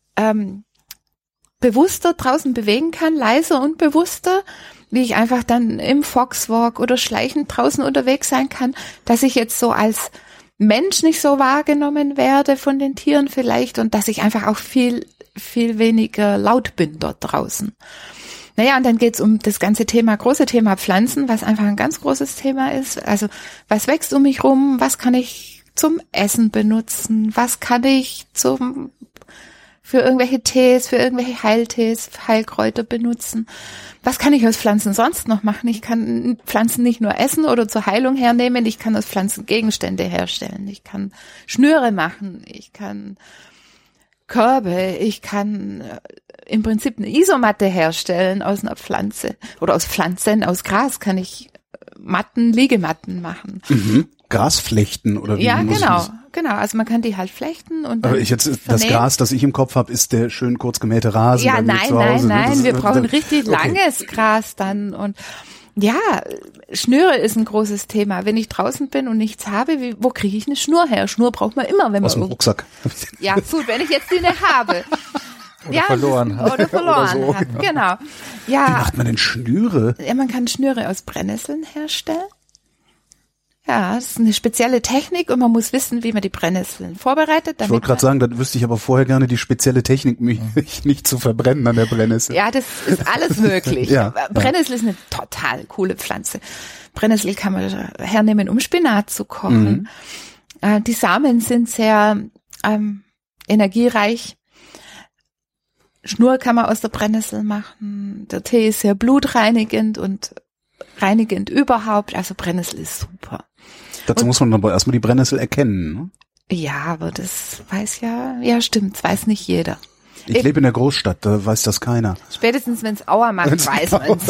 bewusster draußen bewegen kann, leiser und bewusster, wie ich einfach dann im Foxwalk oder schleichend draußen unterwegs sein kann, dass ich jetzt so als Mensch nicht so wahrgenommen werde von den Tieren vielleicht und dass ich einfach auch viel, viel weniger laut bin dort draußen. Naja, und dann geht's um das ganze große Thema Pflanzen, was einfach ein ganz großes Thema ist. Also, was wächst um mich rum? Was kann ich zum Essen benutzen? Was kann ich für irgendwelche Tees, für irgendwelche Heiltees, Heilkräuter benutzen? Was kann ich aus Pflanzen sonst noch machen? Ich kann Pflanzen nicht nur essen oder zur Heilung hernehmen, ich kann aus Pflanzen Gegenstände herstellen. Ich kann Schnüre machen, ich kann Körbe, ich kann im Prinzip eine Isomatte herstellen aus einer Pflanze oder aus Pflanzen, aus Gras kann ich Liegematten machen. Mhm. Grasflechten oder wie? Ja, genau. Also man kann die halt flechten und aber das Gras, das ich im Kopf habe, ist der schön kurz gemähte Rasen. Ja, nein. Wir brauchen richtig langes Gras dann und ja, Schnüre ist ein großes Thema. Wenn ich draußen bin und nichts habe, wo kriege ich eine Schnur her? Schnur braucht man immer, wenn man aus dem Rucksack. Ja, gut, wenn ich jetzt die nicht habe. Oder verloren hat. Oder verloren so, hat, genau. Ja. Wie macht man denn Schnüre? Ja, man kann Schnüre aus Brennnesseln herstellen. Ja, das ist eine spezielle Technik und man muss wissen, wie man die Brennnesseln vorbereitet. Ich wollte gerade sagen, da wüsste ich aber vorher gerne die spezielle Technik, mich nicht zu verbrennen an der Brennnessel. Ja, das ist alles möglich. Ja, Brennnessel ist eine total coole Pflanze. Brennnessel kann man hernehmen, um Spinat zu kochen. Die Samen sind sehr energiereich. Schnur kann man aus der Brennnessel machen. Der Tee ist sehr blutreinigend und reinigend überhaupt. Also Brennnessel ist super. Dazu muss man aber erstmal die Brennnessel erkennen. Ne? Ja, aber das weiß stimmt, das weiß nicht jeder. Ich lebe in der Großstadt, da weiß das keiner. Spätestens, wenn es Auer macht, weiß man's.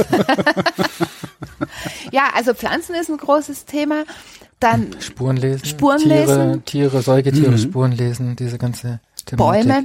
Ja, also Pflanzen ist ein großes Thema. Dann Spurenlesen. Tiere, Säugetiere, Spurenlesen, diese ganze Thematik. Bäume.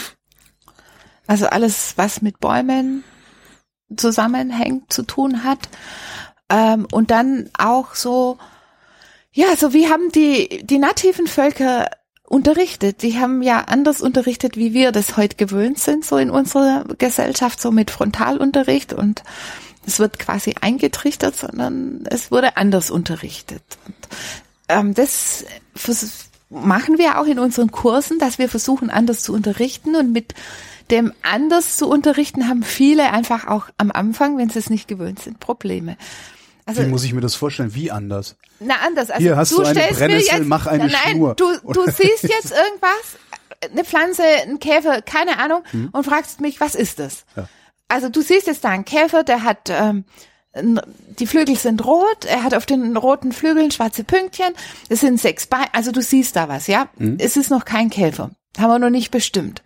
Also alles, was mit Bäumen zusammenhängt, zu tun hat. Und dann auch so, ja, so wie haben die nativen Völker unterrichtet. Die haben ja anders unterrichtet, wie wir das heute gewöhnt sind, so in unserer Gesellschaft, so mit Frontalunterricht und es wird quasi eingetrichtert, sondern es wurde anders unterrichtet. Und das machen wir auch in unseren Kursen, dass wir versuchen, anders zu unterrichten und mit dem anders zu unterrichten haben viele einfach auch am Anfang, wenn sie es nicht gewöhnt sind, Probleme. Also, wie muss ich mir das vorstellen? Wie anders? Na, anders. Also, hier hast du eine Brennnessel, mach eine Schnur. Du siehst jetzt irgendwas, eine Pflanze, ein Käfer, keine Ahnung, und fragst mich, was ist das? Ja. Also du siehst jetzt da einen Käfer, der hat, die Flügel sind rot, er hat auf den roten Flügeln schwarze Pünktchen, es sind 6 Beine, also du siehst da was, ja? Es ist noch kein Käfer, haben wir noch nicht bestimmt.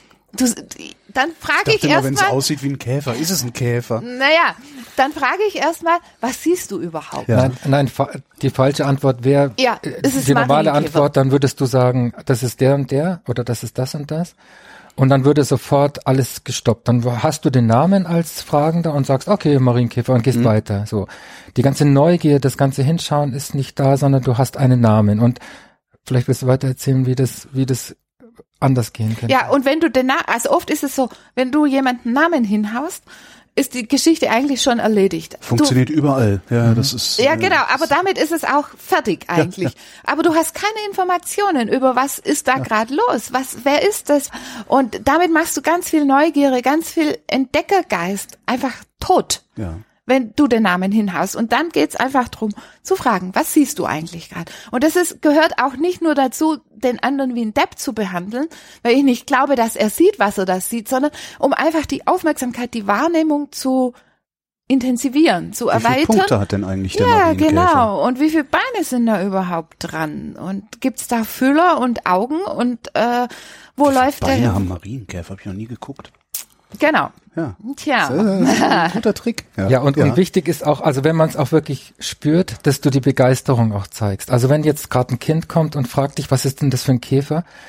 Dann frage ich erstmal, wenn es aussieht wie ein Käfer, ist es ein Käfer? Naja, dann frage ich erstmal, was siehst du überhaupt? Ja. Nein, die falsche Antwort wäre, die normale Antwort, dann würdest du sagen, das ist der und der oder das ist das und das. Und dann würde sofort alles gestoppt. Dann hast du den Namen als Fragender und sagst, okay, Marienkäfer und gehst weiter. So, die ganze Neugier, das ganze Hinschauen ist nicht da, sondern du hast einen Namen. Und vielleicht willst du weiter erzählen, wie das anders gehen könnte. Ja, und wenn du also oft ist es so, wenn du jemanden Namen hinhaust, ist die Geschichte eigentlich schon erledigt. Funktioniert überall. Ja, das ist. Ja, genau. Aber damit ist es auch fertig eigentlich. Ja. Aber du hast keine Informationen über was ist da gerade los? Wer ist das? Und damit machst du ganz viel Neugierde, ganz viel Entdeckergeist einfach tot. Ja. Wenn du den Namen hinhaust. Und dann geht's einfach drum zu fragen, was siehst du eigentlich gerade? Und das gehört auch nicht nur dazu, den anderen wie ein Depp zu behandeln, weil ich nicht glaube, dass er sieht, was er da sieht, sondern um einfach die Aufmerksamkeit, die Wahrnehmung zu intensivieren, zu erweitern. Wie viele Punkte hat denn eigentlich der Marienkäfer? Ja, genau. Und wie viele Beine sind da überhaupt dran? Und gibt's da Fühler und Augen? Und wo läuft der? Beine haben Marienkäfer, habe ich noch nie geguckt. Genau. Ja. Tja. Das ist ein guter Trick. Ja, und wichtig ist auch, also wenn man es auch wirklich spürt, dass du die Begeisterung auch zeigst. Also wenn jetzt gerade ein Kind kommt und fragt dich, was ist denn das für ein Käfer?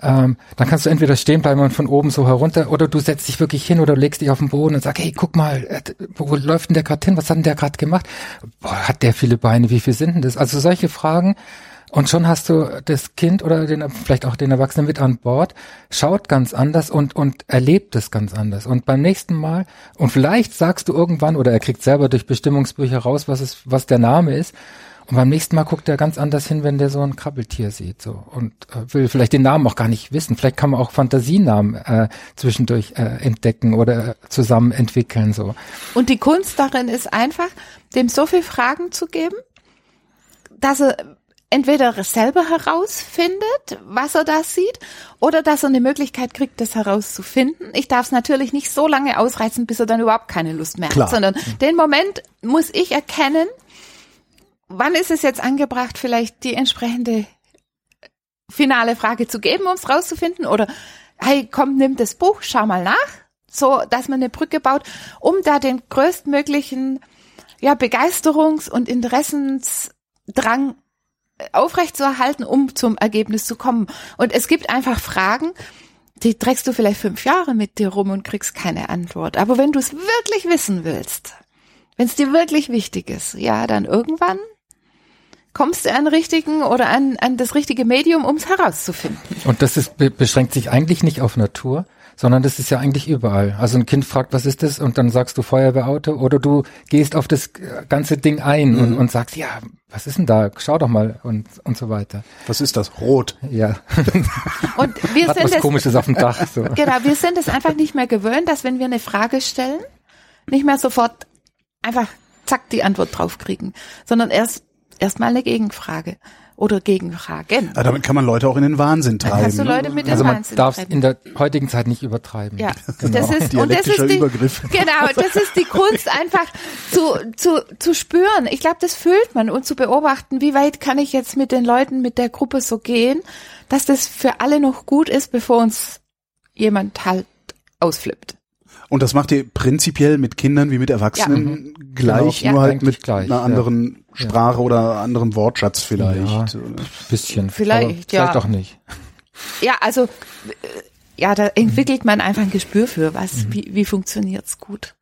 dann kannst du entweder stehen bleiben und von oben so herunter, oder du setzt dich wirklich hin oder legst dich auf den Boden und sagst, hey, guck mal, wo läuft denn der gerade hin? Was hat denn der gerade gemacht? Boah, hat der viele Beine? Wie viel sind denn das? Also solche Fragen. Und schon hast du das Kind oder vielleicht auch den Erwachsenen mit an Bord, schaut ganz anders und erlebt es ganz anders. Und beim nächsten Mal, und vielleicht sagst du irgendwann, oder er kriegt selber durch Bestimmungsbücher raus, was der Name ist, und beim nächsten Mal guckt er ganz anders hin, wenn der so ein Krabbeltier sieht, so, und will vielleicht den Namen auch gar nicht wissen. Vielleicht kann man auch Fantasienamen zwischendurch entdecken oder zusammen entwickeln, so. Und die Kunst darin ist einfach, dem so viel Fragen zu geben, dass er entweder selber herausfindet, was er da sieht, oder dass er eine Möglichkeit kriegt, das herauszufinden. Ich darf es natürlich nicht so lange ausreizen, bis er dann überhaupt keine Lust mehr hat, sondern den Moment muss ich erkennen, wann ist es jetzt angebracht, vielleicht die entsprechende finale Frage zu geben, um es rauszufinden, oder hey, komm, nimm das Buch, schau mal nach, so, dass man eine Brücke baut, um da den größtmöglichen, Begeisterungs- und Interessensdrang aufrechtzuerhalten, um zum Ergebnis zu kommen. Und es gibt einfach Fragen, die trägst du vielleicht 5 Jahre mit dir rum und kriegst keine Antwort. Aber wenn du es wirklich wissen willst, wenn es dir wirklich wichtig ist, dann irgendwann kommst du an richtigen oder an das richtige Medium, um es herauszufinden. Und das beschränkt sich eigentlich nicht auf Natur, sondern das ist ja eigentlich überall. Also ein Kind fragt, was ist das? Und dann sagst du Feuerwehrauto, oder du gehst auf das ganze Ding ein und sagst, ja, was ist denn da? Schau doch mal und so weiter. Was ist das? Rot. Ja. Und wir hat sind was Komisches auf dem Dach. So. Genau, wir sind es einfach nicht mehr gewöhnt, dass wenn wir eine Frage stellen, nicht mehr sofort einfach zack die Antwort drauf kriegen, sondern erst mal eine Gegenfrage oder Gegenfragen. Aber damit kann man Leute auch in den Wahnsinn treiben. Dann kannst du Leute mit in den Wahnsinn treiben. Also man darf es treiben. in der heutigen Zeit nicht übertreiben. Ja, genau. das ist dialektischer Übergriff. Genau, das ist die Kunst, einfach zu spüren. Ich glaube, das fühlt man, und zu beobachten, wie weit kann ich jetzt mit den Leuten, mit der Gruppe so gehen, dass das für alle noch gut ist, bevor uns jemand halt ausflippt. Und das macht ihr prinzipiell mit Kindern wie mit Erwachsenen gleich, genau. nur halt mit gleich, einer anderen Sprache oder anderem Wortschatz vielleicht. Ja, bisschen. Vielleicht auch nicht. Ja, also da entwickelt man einfach ein Gespür für wie funktioniert's gut.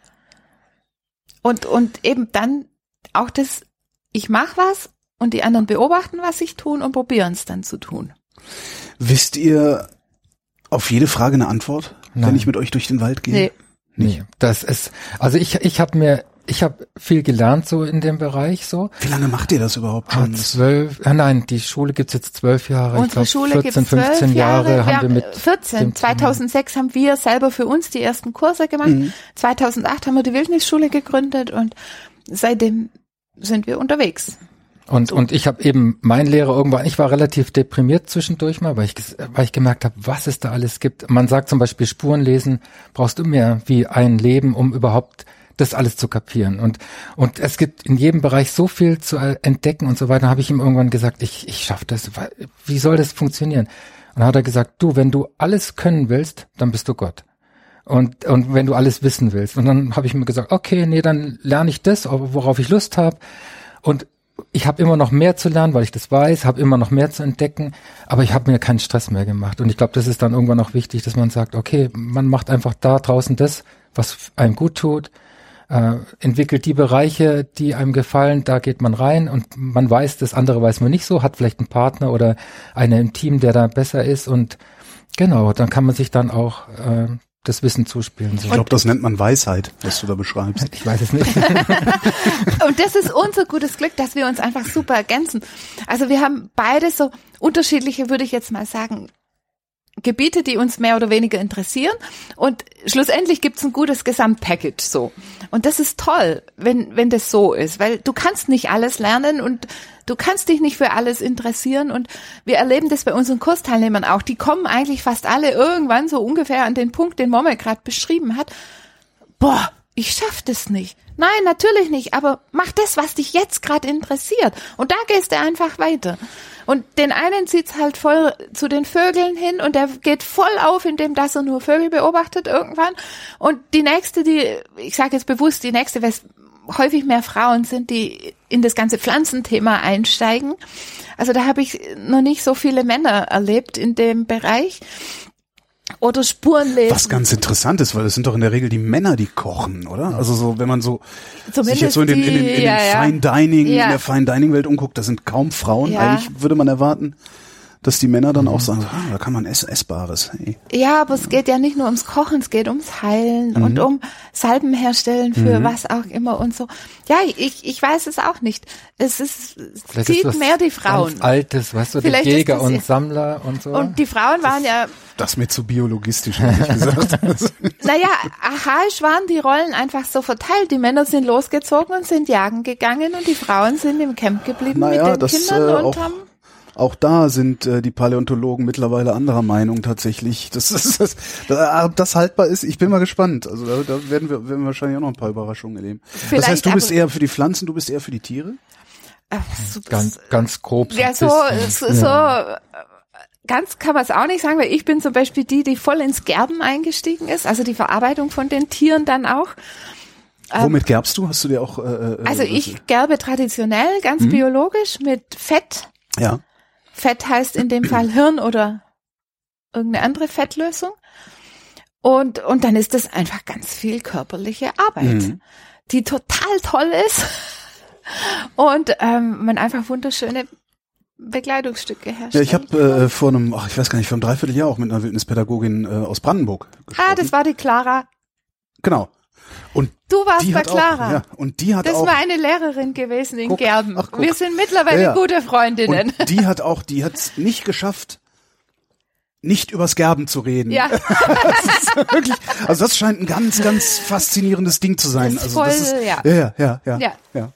Und eben dann auch das, ich mache was und die anderen beobachten, was ich tun, und probieren es dann zu tun. Wisst ihr auf jede Frage eine Antwort, wenn ich mit euch durch den Wald gehe? Nee. Das ist, also ich habe viel gelernt so in dem Bereich so. Wie lange macht ihr das überhaupt schon? 12, die Schule gibt's jetzt 12 Jahre. Unsere Schule 14, gibt's 15 Jahre haben wir mit 14. 2006 haben wir selber für uns die ersten Kurse gemacht. 2008 haben wir die Wildnisschule gegründet, und seitdem sind wir unterwegs. Und ich habe eben mein Lehrer irgendwann, ich war relativ deprimiert zwischendurch mal, weil ich gemerkt habe, was es da alles gibt. Man sagt zum Beispiel, Spuren lesen brauchst du mehr wie ein Leben, um überhaupt das alles zu kapieren. Und es gibt in jedem Bereich so viel zu entdecken und so weiter. Habe ich ihm irgendwann gesagt, ich schaffe das. Wie soll das funktionieren? Und dann hat er gesagt, du, wenn du alles können willst, dann bist du Gott. Und wenn du alles wissen willst. Und dann habe ich mir gesagt, okay, nee, dann lerne ich das, worauf ich Lust habe. Und ich habe immer noch mehr zu lernen, weil ich das weiß, habe immer noch mehr zu entdecken, aber ich habe mir keinen Stress mehr gemacht. Und ich glaube, das ist dann irgendwann auch wichtig, dass man sagt, okay, man macht einfach da draußen das, was einem gut tut, entwickelt die Bereiche, die einem gefallen, da geht man rein, und man weiß, das andere weiß man nicht so, hat vielleicht einen Partner oder einen im Team, der da besser ist, und genau, dann kann man sich dann auch das Wissen zuspielen. So. Ich glaube, das nennt man Weisheit, was du da beschreibst. Ich weiß es nicht. Und das ist unser gutes Glück, dass wir uns einfach super ergänzen. Also wir haben beide so unterschiedliche, würde ich jetzt mal sagen, Gebiete, die uns mehr oder weniger interessieren, und schlussendlich gibt's ein gutes Gesamtpackage so. Und das ist toll, wenn das so ist, weil du kannst nicht alles lernen und du kannst dich nicht für alles interessieren, und wir erleben das bei unseren Kursteilnehmern auch. Die kommen eigentlich fast alle irgendwann so ungefähr an den Punkt, den Momme gerade beschrieben hat. Boah, ich schaff das nicht. Nein, natürlich nicht, aber mach das, was dich jetzt gerade interessiert. Und da gehst du einfach weiter. Und den einen zieht's halt voll zu den Vögeln hin, und der geht voll auf, indem dass er nur Vögel beobachtet irgendwann. Und die nächste, ich sage jetzt bewusst, die nächste, häufig mehr Frauen sind, die in das ganze Pflanzenthema einsteigen. Also da habe ich noch nicht so viele Männer erlebt in dem Bereich. Oder Spurenlesen. Was ganz interessant ist, weil es sind doch in der Regel die Männer, die kochen, oder? Also so, wenn man so Zumindest sich jetzt so in den Fine Dining, in der Fine Dining Welt umguckt, da sind kaum Frauen. Ja. Eigentlich würde man erwarten, dass die Männer dann auch sagen, da kann man Essbares. Hey. Ja, aber es geht ja nicht nur ums Kochen, es geht ums Heilen und um Salben herstellen für was auch immer und so. Ja, ich weiß es auch nicht. Es zieht mehr die Frauen. Ganz Altes, weißt du, die Jäger und Sammler und so. Und die Frauen waren ja... Das ist mir zu biologistisch, ehrlich gesagt. Naja, archaisch waren die Rollen einfach so verteilt. Die Männer sind losgezogen und sind jagen gegangen und die Frauen sind im Camp geblieben mit den Kindern und haben... Auch da sind die Paläontologen mittlerweile anderer Meinung tatsächlich. Das haltbar ist, ich bin mal gespannt. Also da werden wir wahrscheinlich auch noch ein paar Überraschungen erleben. Vielleicht, das heißt, du bist eher für die Pflanzen, du bist eher für die Tiere? Ganz grob. Ja, so ganz kann man es auch nicht sagen, weil ich bin zum Beispiel die voll ins Gerben eingestiegen ist, also die Verarbeitung von den Tieren dann auch. Womit gerbst du? Hast du dir auch... also ich gerbe traditionell, ganz biologisch mit Fett. Ja. Fett heißt in dem Fall Hirn oder irgendeine andere Fettlösung. Und dann ist das einfach ganz viel körperliche Arbeit, die total toll ist und man einfach wunderschöne Bekleidungsstücke herstellt. Ja, ich habe vor einem Dreivierteljahr auch mit einer Wildnispädagogin aus Brandenburg gesprochen. Das war die Clara. Genau. Und du warst bei Auch, Clara. ja, und die hat das auch, war eine Lehrerin gewesen in Gerben. Guck. Wir sind mittlerweile gute Freundinnen. Und die hat's nicht geschafft, nicht übers Gerben zu reden. Ja. Das ist wirklich, also das scheint ein ganz, ganz faszinierendes Ding zu sein. Das ist also voll, das ist, ja.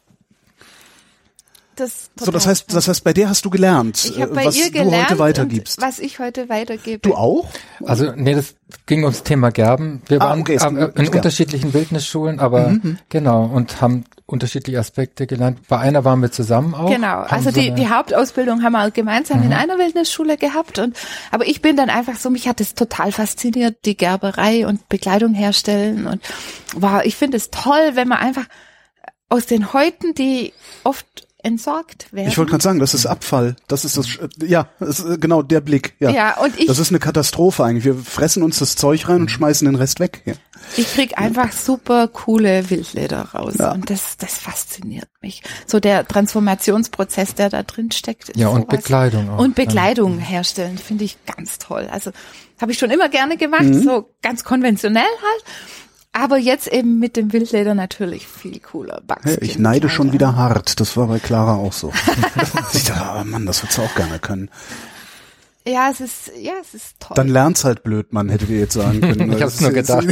Das heißt, bei der hast du gelernt, ich bei was ihr du heute weitergibst. Was ich heute weitergebe. Du auch? Also nee, das ging ums Thema Gerben. Wir waren in unterschiedlichen Wildnisschulen, aber genau, und haben unterschiedliche Aspekte gelernt. Bei einer waren wir zusammen auch. Genau, also die Hauptausbildung haben wir gemeinsam in einer Wildnisschule gehabt. Aber ich bin dann einfach so, mich hat es total fasziniert, die Gerberei und Bekleidung herstellen. Und ich finde es toll, wenn man einfach aus den Häuten, die oft entsorgt werden. Ich wollte gerade sagen, das ist Abfall. Das ist das ist genau der Blick. Ja, und das ist eine Katastrophe eigentlich. Wir fressen uns das Zeug rein und schmeißen den Rest weg. Ja. Ich krieg einfach super coole Wildleder raus und das fasziniert mich. So der Transformationsprozess, der da drin steckt. Ist und Bekleidung auch. Und Bekleidung herstellen, finde ich ganz toll. Also habe ich schon immer gerne gemacht, so ganz konventionell halt. Aber jetzt eben mit dem Wildleder natürlich viel cooler. Ich neide schon wieder hart. Das war bei Clara auch so. Ich dachte, aber Mann, das würdest du auch gerne können. Ja, es ist toll. Dann lern's halt blöd, Mann, hättet ihr jetzt sagen können. Ich hab's nur gedacht.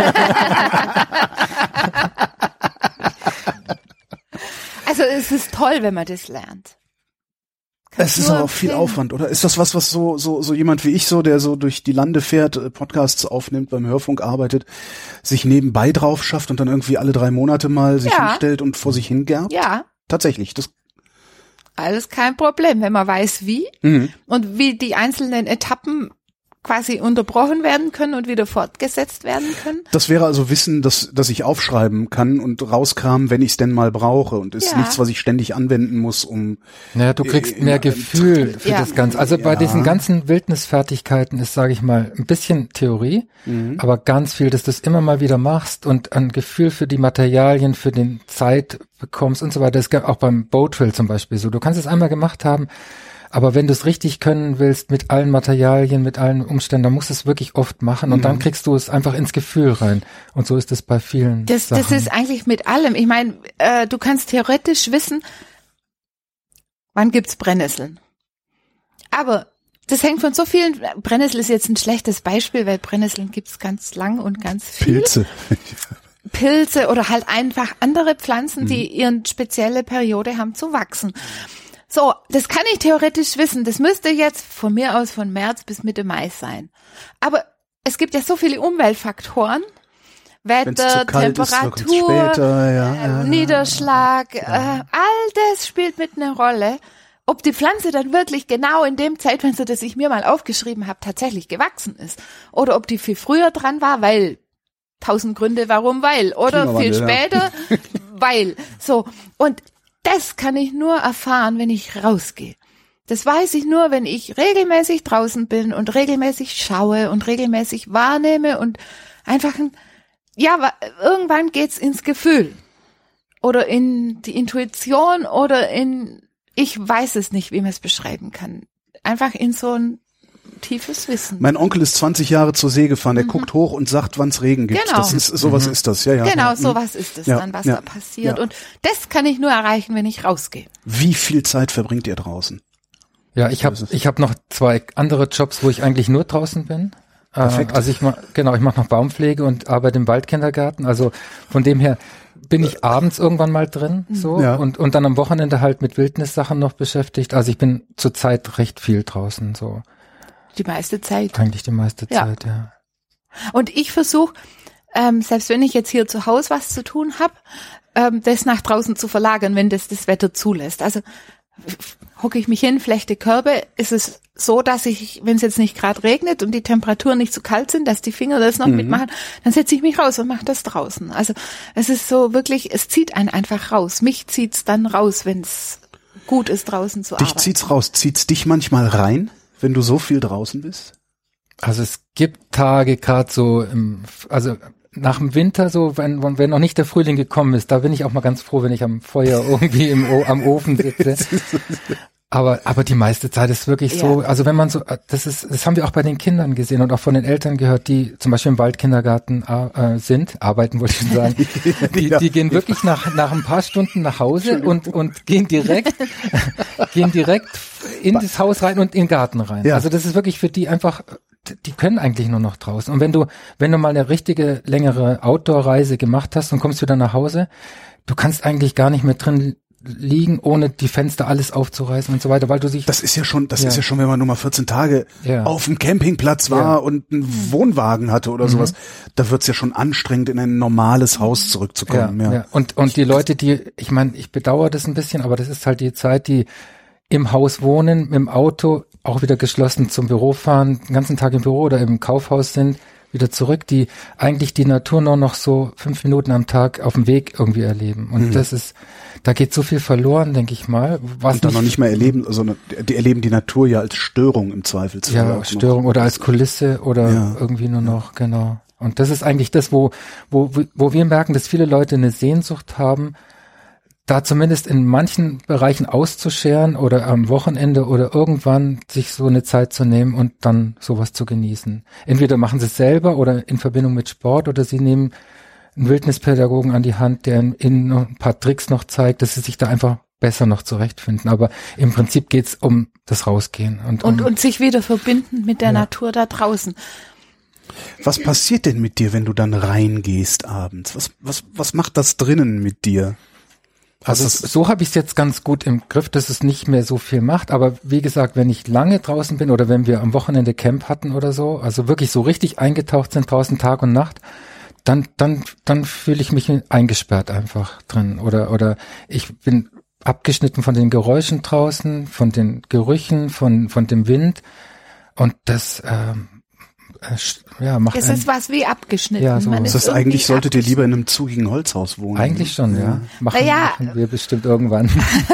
Also es ist toll, wenn man das lernt. Es ist aber auch viel Aufwand, oder? Ist das was so jemand wie ich der so durch die Lande fährt, Podcasts aufnimmt, beim Hörfunk arbeitet, sich nebenbei drauf schafft und dann irgendwie alle 3 Monate mal sich hinstellt und vor sich hingerbt? Ja. Tatsächlich. Das alles kein Problem, wenn man weiß wie und wie die einzelnen Etappen quasi unterbrochen werden können und wieder fortgesetzt werden können. Das wäre also Wissen, dass ich aufschreiben kann und rauskramen, wenn ich es denn mal brauche und ist nichts, was ich ständig anwenden muss, um... Naja, du kriegst mehr Gefühl für das Ganze. Also bei diesen ganzen Wildnisfertigkeiten ist, sage ich mal, ein bisschen Theorie, aber ganz viel, dass du es immer mal wieder machst und ein Gefühl für die Materialien, für den Zeit bekommst und so weiter. Das ist auch beim Boatrail zum Beispiel so. Du kannst es einmal gemacht haben, aber wenn du es richtig können willst, mit allen Materialien, mit allen Umständen, dann musst du es wirklich oft machen und dann kriegst du es einfach ins Gefühl rein. Und so ist es bei vielen Sachen. Das ist eigentlich mit allem. Ich meine, du kannst theoretisch wissen, wann gibt's Brennnesseln. Aber das hängt von so vielen, Brennnessel ist jetzt ein schlechtes Beispiel, weil Brennnesseln gibt's ganz lang und ganz viel. Pilze oder halt einfach andere Pflanzen, die ihre spezielle Periode haben zu wachsen. So, das kann ich theoretisch wissen. Das müsste jetzt von mir aus von März bis Mitte Mai sein. Aber es gibt ja so viele Umweltfaktoren. Wetter, Temperatur, Niederschlag, all das spielt mit einer Rolle. Ob die Pflanze dann wirklich genau in dem Zeitfenster, das ich mir mal aufgeschrieben habe, tatsächlich gewachsen ist. Oder ob die viel früher dran war, weil 1000 Gründe, warum, weil. Oder viel später, weil, so. Und das kann ich nur erfahren, wenn ich rausgehe. Das weiß ich nur, wenn ich regelmäßig draußen bin und regelmäßig schaue und regelmäßig wahrnehme und einfach irgendwann geht's ins Gefühl oder in die Intuition oder ich weiß es nicht, wie man es beschreiben kann. Einfach in so ein tiefes Wissen. Mein Onkel ist 20 Jahre zur See gefahren, der guckt hoch und sagt, wann's Regen gibt. Genau. Das ist, sowas ist das, ja. Genau, sowas ist es dann, was da passiert. Ja. Und das kann ich nur erreichen, wenn ich rausgehe. Wie viel Zeit verbringt ihr draußen? Ja, ich hab noch 2 andere Jobs, wo ich eigentlich nur draußen bin. Perfekt. Also ich mache noch Baumpflege und arbeite im Waldkindergarten. Also von dem her bin ich abends irgendwann mal drin, so, ja. und dann am Wochenende halt mit Wildnissachen noch beschäftigt. Also ich bin zurzeit recht viel draußen, so. Die meiste Zeit. Eigentlich die meiste Zeit, ja. Und ich versuche, selbst wenn ich jetzt hier zu Hause was zu tun habe, das nach draußen zu verlagern, wenn das Wetter zulässt. Also hocke ich mich hin, flechte Körbe, ist es so, dass ich, wenn es jetzt nicht gerade regnet und die Temperaturen nicht zu kalt sind, dass die Finger das noch mitmachen, dann setze ich mich raus und mache das draußen. Also es ist so wirklich, es zieht einen einfach raus. Mich zieht's dann raus, wenn es gut ist, draußen zu arbeiten. Dich zieht's raus. Zieht's dich manchmal rein, wenn du so viel draußen bist? Also es gibt Tage gerade so, nach dem Winter so, wenn noch nicht der Frühling gekommen ist, da bin ich auch mal ganz froh, wenn ich am Feuer irgendwie am Ofen sitze. Aber die meiste Zeit ist wirklich so, also wenn man so, das haben wir auch bei den Kindern gesehen und auch von den Eltern gehört, die zum Beispiel im Waldkindergarten arbeiten, wollte ich schon sagen. Die gehen wirklich nach ein paar Stunden nach Hause und gehen direkt in das Haus rein und in den Garten rein. Ja. Also das ist wirklich für die einfach, die können eigentlich nur noch draußen. Und wenn du mal eine richtige längere Outdoor-Reise gemacht hast und kommst wieder nach Hause, du kannst eigentlich gar nicht mehr drin liegen, ohne die Fenster alles aufzureißen und so weiter, weil du sich... Das ist ja schon, wenn man nur mal 14 Tage auf dem Campingplatz war und einen Wohnwagen hatte oder sowas, da wird's ja schon anstrengend, in ein normales Haus zurückzukommen. Ja. Und die Leute, ich meine, ich bedauere das ein bisschen, aber das ist halt die Zeit, die im Haus wohnen, mit dem Auto auch wieder geschlossen zum Büro fahren, den ganzen Tag im Büro oder im Kaufhaus sind, wieder zurück, die eigentlich die Natur nur noch so 5 Minuten am Tag auf dem Weg irgendwie erleben. Und da geht so viel verloren, denke ich mal. Und dann noch nicht mehr erleben, also die erleben die Natur ja als Störung im Zweifelsfall. Ja, Störung oder als Kulisse oder irgendwie nur noch, genau. Und das ist eigentlich das, wo wir merken, dass viele Leute eine Sehnsucht haben, da zumindest in manchen Bereichen auszuscheren oder am Wochenende oder irgendwann sich so eine Zeit zu nehmen und dann sowas zu genießen. Entweder machen sie es selber oder in Verbindung mit Sport oder sie nehmen einen Wildnispädagogen an die Hand, der ihnen ein paar Tricks noch zeigt, dass sie sich da einfach besser noch zurechtfinden. Aber im Prinzip geht's um das Rausgehen. Und sich wieder verbinden mit der Natur da draußen. Was passiert denn mit dir, wenn du dann reingehst abends? Was macht das drinnen mit dir? Also so habe ich es jetzt ganz gut im Griff, dass es nicht mehr so viel macht. Aber wie gesagt, wenn ich lange draußen bin oder wenn wir am Wochenende Camp hatten oder so, also wirklich so richtig eingetaucht sind draußen Tag und Nacht, dann fühle ich mich eingesperrt einfach drin. Oder ich bin abgeschnitten von den Geräuschen draußen, von den Gerüchen, von dem Wind. Und das macht es ist was wie abgeschnitten. Ja, so. Das heißt, eigentlich solltet ihr lieber in einem zugigen Holzhaus wohnen. Eigentlich schon, ja. Machen wir bestimmt irgendwann.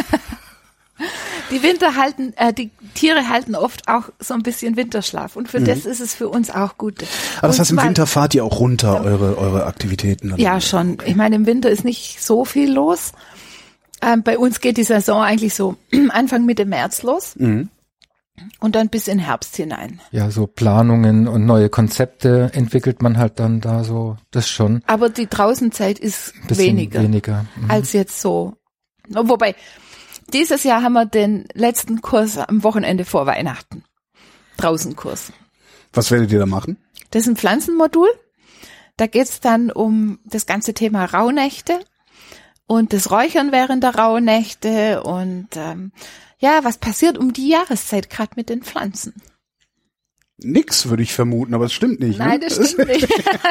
Die Tiere halten oft auch so ein bisschen Winterschlaf und für das ist es für uns auch gut. Aber das heißt, im Winter fahrt ihr auch runter, eure Aktivitäten? Ja, schon. Ich meine, im Winter ist nicht so viel los. Bei uns geht die Saison eigentlich so Anfang Mitte März los. Und dann bis in Herbst hinein. Ja, so Planungen und neue Konzepte entwickelt man halt dann da so, das schon. Aber die Draußenzeit ist weniger als jetzt so. Wobei, dieses Jahr haben wir den letzten Kurs am Wochenende vor Weihnachten. Draußenkurs. Was werdet ihr da machen? Das ist ein Pflanzenmodul. Da geht's dann um das ganze Thema Rauhnächte und das Räuchern während der Rauhnächte und was passiert um die Jahreszeit gerade mit den Pflanzen? Nix, würde ich vermuten, aber es stimmt nicht. Nein, das stimmt nicht.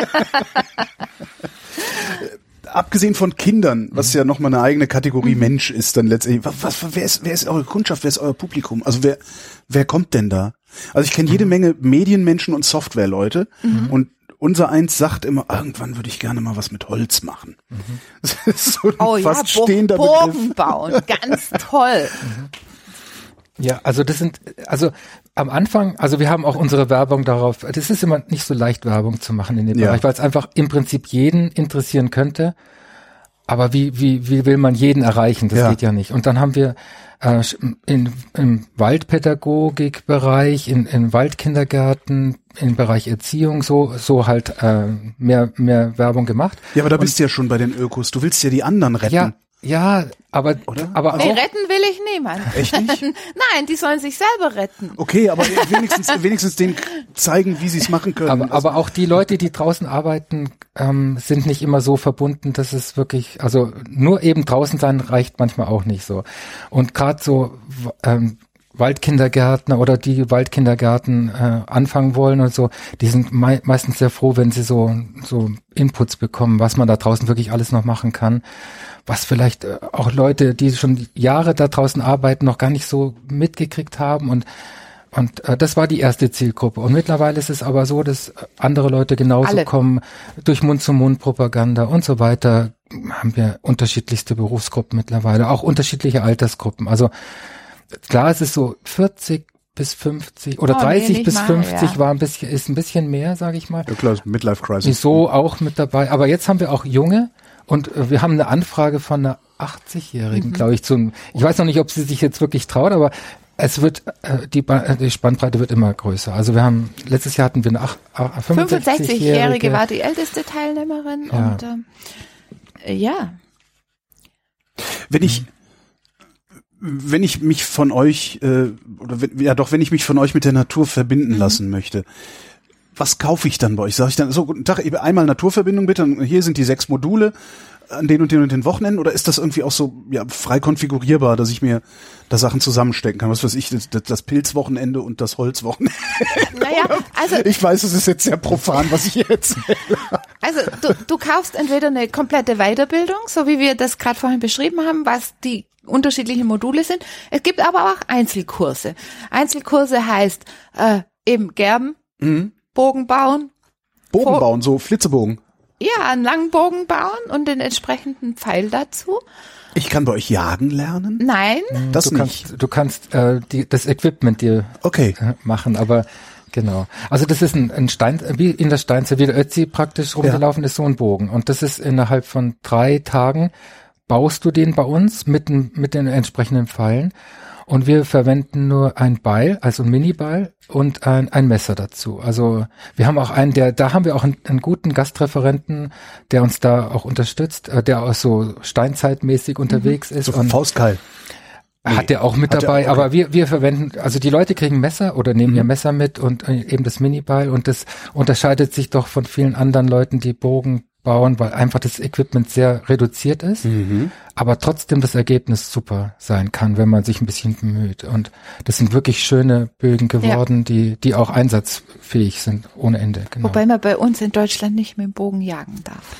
Abgesehen von Kindern, was ja nochmal eine eigene Kategorie Mensch ist, dann letztendlich, wer ist eure Kundschaft, wer ist euer Publikum? Also wer kommt denn da? Also ich kenne jede Menge Medienmenschen und Softwareleute unser Eins sagt immer, irgendwann würde ich gerne mal was mit Holz machen. Das ist so ein fast stehender Burgen Begriff. bauen, ganz toll. Ja, also am Anfang, also wir haben auch unsere Werbung darauf, das ist immer nicht so leicht, Werbung zu machen in dem Bereich, weil es einfach im Prinzip jeden interessieren könnte. Aber wie will man jeden erreichen? Das geht ja nicht. Und dann haben wir im Waldpädagogikbereich, in Waldkindergärten, im Bereich Erziehung so halt mehr Werbung gemacht. Ja, aber da bist du ja schon bei den Ökos. Du willst ja die anderen retten. Ja, aber Oder? aber Nee, auch, retten will ich niemanden. Echt nicht? Nein, die sollen sich selber retten. Okay, aber wenigstens denen zeigen, wie sie es machen können. aber auch die Leute, die draußen arbeiten, sind nicht immer so verbunden, dass es wirklich, also nur eben draußen sein reicht manchmal auch nicht so. Und gerade so Waldkindergärtner oder die Waldkindergärten anfangen wollen und so, die sind meistens sehr froh, wenn sie so Inputs bekommen, was man da draußen wirklich alles noch machen kann, was vielleicht auch Leute, die schon Jahre da draußen arbeiten, noch gar nicht so mitgekriegt haben und das war die erste Zielgruppe. Und mittlerweile ist es aber so, dass andere Leute genauso kommen, durch Mund-zu-Mund-Propaganda und so weiter, haben wir unterschiedlichste Berufsgruppen mittlerweile, auch unterschiedliche Altersgruppen. Also klar, es ist so 40 bis 50 oder 30 bis 50 ist ein bisschen mehr, sage ich mal. Ja klar, Midlife Crisis. So auch mit dabei. Aber jetzt haben wir auch Junge und wir haben eine Anfrage von einer 80-Jährigen, glaube ich, ich weiß noch nicht, ob sie sich jetzt wirklich traut, aber es wird, die Spannbreite wird immer größer. Also letztes Jahr hatten wir eine 65-Jährige war die älteste Teilnehmerin und Wenn ich mich von euch wenn ich mich von euch mit der Natur verbinden lassen möchte, was kaufe ich dann bei euch? Sage ich dann so, guten Tag, einmal Naturverbindung bitte, und hier sind die 6 Module an den und den Wochenenden, oder ist das irgendwie auch so frei konfigurierbar, dass ich mir da Sachen zusammenstecken kann? Was weiß ich, das Pilzwochenende und das Holzwochenende. Naja, also ich weiß, es ist jetzt sehr profan, was ich hier erzähle. Also du kaufst entweder eine komplette Weiterbildung, so wie wir das gerade vorhin beschrieben haben, was die unterschiedlichen Module sind. Es gibt aber auch Einzelkurse. Einzelkurse heißt eben Gerben, Bogen bauen. Bogen bauen, so Flitzebogen. Ja, einen langen Bogen bauen und den entsprechenden Pfeil dazu. Ich kann bei euch jagen lernen? Nein. Du kannst das Equipment dir machen, aber genau. Also das ist ein Stein, wie in der Steinzeit, wie der Ötzi praktisch rumgelaufen ist, so ein Bogen. Und das ist innerhalb von 3 Tagen baust du den bei uns mit den entsprechenden Pfeilen. Und wir verwenden nur ein Beil, also ein Mini-Beil und ein Messer dazu. Also wir haben auch da haben wir auch einen guten Gastreferenten, der uns da auch unterstützt, der auch so steinzeitmäßig unterwegs ist. So Faustkeil. Hat der auch mit dabei, aber wir verwenden, also die Leute kriegen Messer oder nehmen ihr Messer mit und eben das Mini-Beil, und das unterscheidet sich doch von vielen anderen Leuten, die Bogen bauen, weil einfach das Equipment sehr reduziert ist, aber trotzdem das Ergebnis super sein kann, wenn man sich ein bisschen bemüht. Und das sind wirklich schöne Bögen geworden, die auch einsatzfähig sind ohne Ende. Genau. Wobei man bei uns in Deutschland nicht mit dem Bogen jagen darf.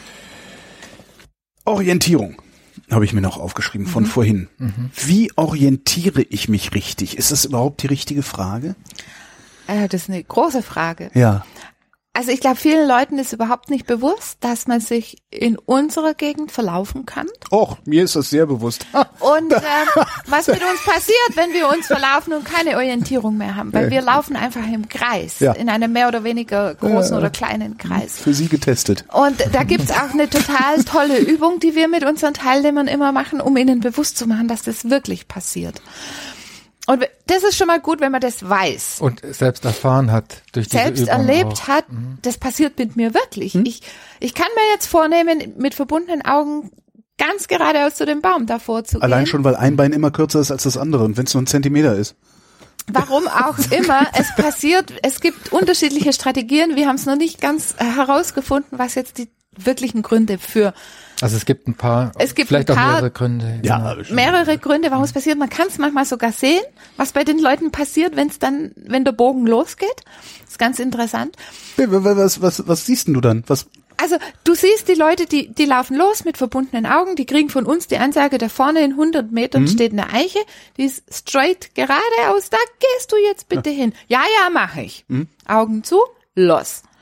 Orientierung habe ich mir noch aufgeschrieben von vorhin. Wie orientiere ich mich richtig? Ist das überhaupt die richtige Frage? Das ist eine große Frage. Ja. Also ich glaube, vielen Leuten ist überhaupt nicht bewusst, dass man sich in unserer Gegend verlaufen kann. Och, mir ist das sehr bewusst. Und was mit uns passiert, wenn wir uns verlaufen und keine Orientierung mehr haben. Weil wir laufen einfach im Kreis, in einem mehr oder weniger großen oder kleinen Kreis. Für Sie getestet. Und da gibt's auch eine total tolle Übung, die wir mit unseren Teilnehmern immer machen, um ihnen bewusst zu machen, dass das wirklich passiert. Und das ist schon mal gut, wenn man das weiß. Und selbst erfahren hat durch diese selbst Übung erlebt auch. hat, das passiert mit mir wirklich. Ich kann mir jetzt vornehmen, mit verbundenen Augen ganz geradeaus zu dem Baum davor zu gehen. Allein schon, weil ein Bein immer kürzer ist als das andere, und wenn es nur 1 Zentimeter ist. Warum auch immer, es passiert, es gibt unterschiedliche Strategien. Wir haben es noch nicht ganz herausgefunden, was jetzt die wirklichen Gründe für. Also es gibt vielleicht auch mehrere Gründe. Ja, mehrere Gründe, warum es passiert. Man kann es manchmal sogar sehen, was bei den Leuten passiert, wenn der Bogen losgeht. Das ist ganz interessant. Was siehst denn du dann? Also du siehst die Leute, die laufen los mit verbundenen Augen, die kriegen von uns die Ansage, da vorne in 100 Metern steht eine Eiche, die ist straight geradeaus, da gehst du jetzt bitte hin. Ja, mache ich. Augen zu, los.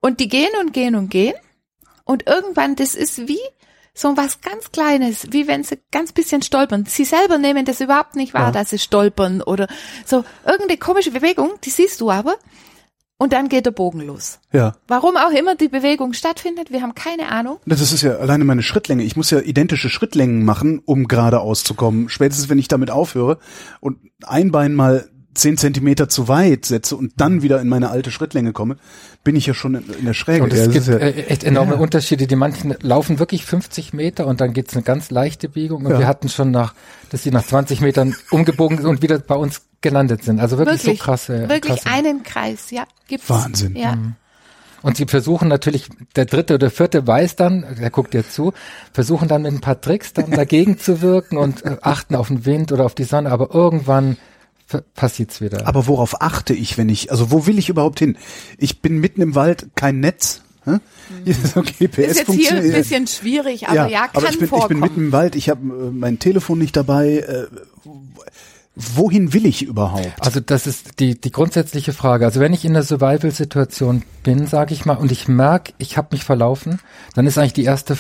Und die gehen und gehen und gehen. Und irgendwann, das ist wie so was ganz Kleines, wie wenn sie ganz bisschen stolpern. Sie selber nehmen das überhaupt nicht wahr, dass sie stolpern oder so. Irgendeine komische Bewegung, die siehst du aber. Und dann geht der Bogen los. Ja. Warum auch immer die Bewegung stattfindet, wir haben keine Ahnung. Das ist ja alleine meine Schrittlänge. Ich muss ja identische Schrittlängen machen, um geradeaus zu kommen. Spätestens, wenn ich damit aufhöre und ein Bein mal 10 Zentimeter zu weit setze und dann wieder in meine alte Schrittlänge komme, bin ich ja schon in der Schräge. Und es gibt echt enorme Unterschiede. Die manchen laufen wirklich 50 Meter und dann geht's eine ganz leichte Biegung. Und wir hatten schon dass sie nach 20 Metern umgebogen sind und wieder bei uns gelandet sind. Also wirklich so krasse. Wirklich einen Kreis, ja. Gibt's. Wahnsinn. Ja. Und sie versuchen natürlich, der dritte oder vierte weiß dann, der guckt dir zu, versuchen dann mit ein paar Tricks dann dagegen zu wirken und achten auf den Wind oder auf die Sonne, aber irgendwann passiert's wieder. Aber worauf achte ich, wo will ich überhaupt hin? Ich bin mitten im Wald, kein Netz. So GPS ist jetzt hier ein bisschen schwierig, aber ja, kann vorkommen. Ich bin mitten im Wald, ich habe mein Telefon nicht dabei. Wohin will ich überhaupt? Also das ist die grundsätzliche Frage. Also wenn ich in einer Survival-Situation bin, sage ich mal, und ich merke, ich habe mich verlaufen, dann ist eigentlich die erste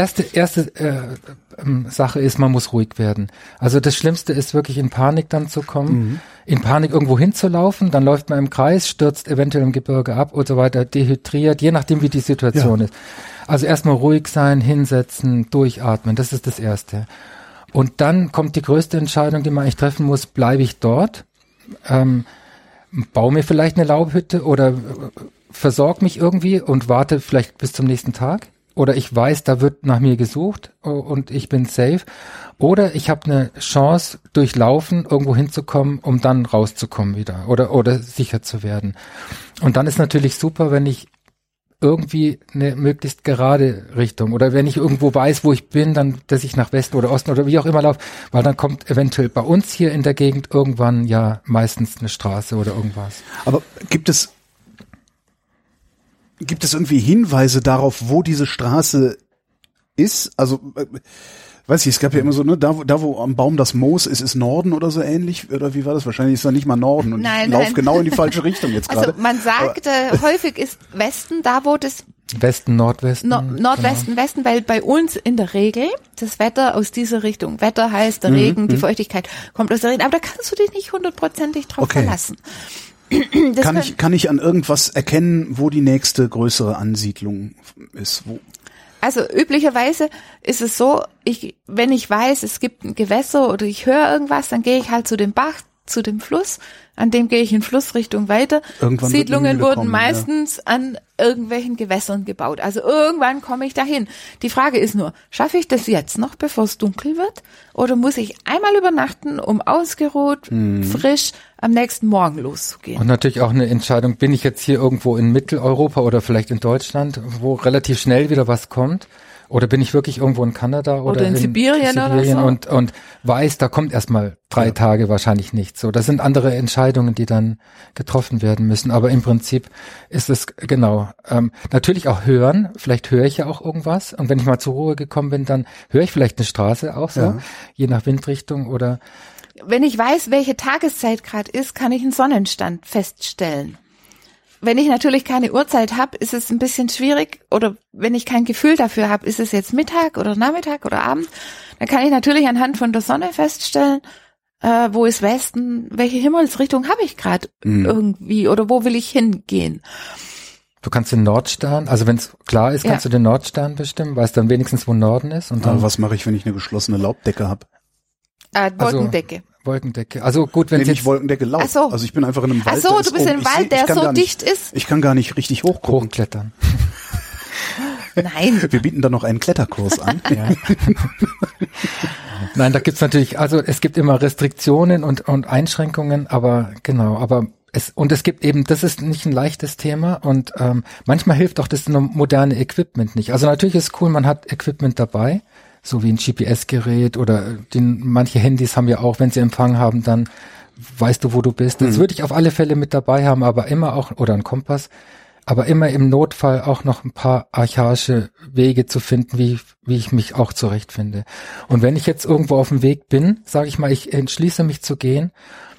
Sache ist, man muss ruhig werden. Also das Schlimmste ist wirklich in Panik dann zu kommen, in Panik irgendwo hinzulaufen, dann läuft man im Kreis, stürzt eventuell im Gebirge ab und so weiter, dehydriert, je nachdem wie die Situation ist. Also erstmal ruhig sein, hinsetzen, durchatmen, das ist das Erste. Und dann kommt die größte Entscheidung, die man eigentlich treffen muss, bleibe ich dort, baue mir vielleicht eine Laubhütte oder versorge mich irgendwie und warte vielleicht bis zum nächsten Tag. Oder ich weiß, da wird nach mir gesucht und ich bin safe. Oder ich habe eine Chance, durchlaufen, irgendwo hinzukommen, um dann rauszukommen wieder oder sicher zu werden. Und dann ist natürlich super, wenn ich irgendwie eine möglichst gerade Richtung oder wenn ich irgendwo weiß, wo ich bin, dann, dass ich nach Westen oder Osten oder wie auch immer laufe, weil dann kommt eventuell bei uns hier in der Gegend irgendwann ja meistens eine Straße oder irgendwas. Aber gibt es irgendwie Hinweise darauf, wo diese Straße ist? Also, weiß ich, es gab ja immer so, ne, da wo am Baum das Moos ist Norden oder so ähnlich, oder wie war das? Wahrscheinlich ist da nicht mal Norden und ich laufe genau in die falsche Richtung jetzt gerade. Also man sagt, häufig ist Westen da, wo das Westen, Nordwesten. Nordwesten, genau. Westen, weil bei uns in der Regel das Wetter aus dieser Richtung, Wetter heißt der Regen, die Feuchtigkeit kommt aus der Richtung, aber da kannst du dich nicht 100%ig drauf verlassen. Kann ich an irgendwas erkennen, wo die nächste größere Ansiedlung ist? Wo? Also üblicherweise ist es so, wenn ich weiß, es gibt ein Gewässer oder ich höre irgendwas, dann gehe ich halt zu dem Bach, zu dem Fluss, an dem gehe ich in Flussrichtung weiter. Irgendwann Siedlungen wurden meistens an irgendwelchen Gewässern gebaut. Also irgendwann komme ich dahin. Die Frage ist nur, schaffe ich das jetzt noch, bevor es dunkel wird? Oder muss ich einmal übernachten, um ausgeruht, frisch am nächsten Morgen loszugehen? Und natürlich auch eine Entscheidung, bin ich jetzt hier irgendwo in Mitteleuropa oder vielleicht in Deutschland, wo relativ schnell wieder was kommt? Oder bin ich wirklich irgendwo in Kanada oder in Sibirien oder so? Und weiß, da kommt erstmal 3 Tage wahrscheinlich nichts. So, das sind andere Entscheidungen, die dann getroffen werden müssen. Aber im Prinzip ist es genau. Natürlich auch hören. Vielleicht höre ich ja auch irgendwas. Und wenn ich mal zur Ruhe gekommen bin, dann höre ich vielleicht eine Straße auch so, je nach Windrichtung oder. Wenn ich weiß, welche Tageszeit gerade ist, kann ich einen Sonnenstand feststellen. Wenn ich natürlich keine Uhrzeit habe, ist es ein bisschen schwierig, oder wenn ich kein Gefühl dafür habe, ist es jetzt Mittag oder Nachmittag oder Abend, dann kann ich natürlich anhand von der Sonne feststellen, wo ist Westen, welche Himmelsrichtung habe ich gerade irgendwie oder wo will ich hingehen. Du kannst den Nordstern, also wenn es klar ist, kannst du den Nordstern bestimmen, weißt dann wenigstens, wo Norden ist. Und dann, aber was mache ich, wenn ich eine geschlossene Laubdecke habe? Wolkendecke. Wolkendecke. Also gut, wenn nicht Wolkendecke Laub. Ach so. Also ich bin einfach in einem Wald. Ach so, du bist in einem Wald, der so dicht ist. Ich kann gar nicht richtig hochgucken. Hochklettern. Nein. Wir bieten da noch einen Kletterkurs an. Ja. Nein, da gibt's natürlich, also es gibt immer Restriktionen und Einschränkungen, aber genau, aber es gibt eben, das ist nicht ein leichtes Thema und manchmal hilft auch das moderne Equipment nicht. Also natürlich ist cool, man hat Equipment dabei, so wie ein GPS-Gerät oder manche Handys haben ja auch, wenn sie Empfang haben, dann weißt du, wo du bist. Das würde ich auf alle Fälle mit dabei haben, aber immer auch, oder ein Kompass, aber immer im Notfall auch noch ein paar archaische Wege zu finden, wie ich mich auch zurechtfinde. Und wenn ich jetzt irgendwo auf dem Weg bin, sage ich mal, ich entschließe mich zu gehen,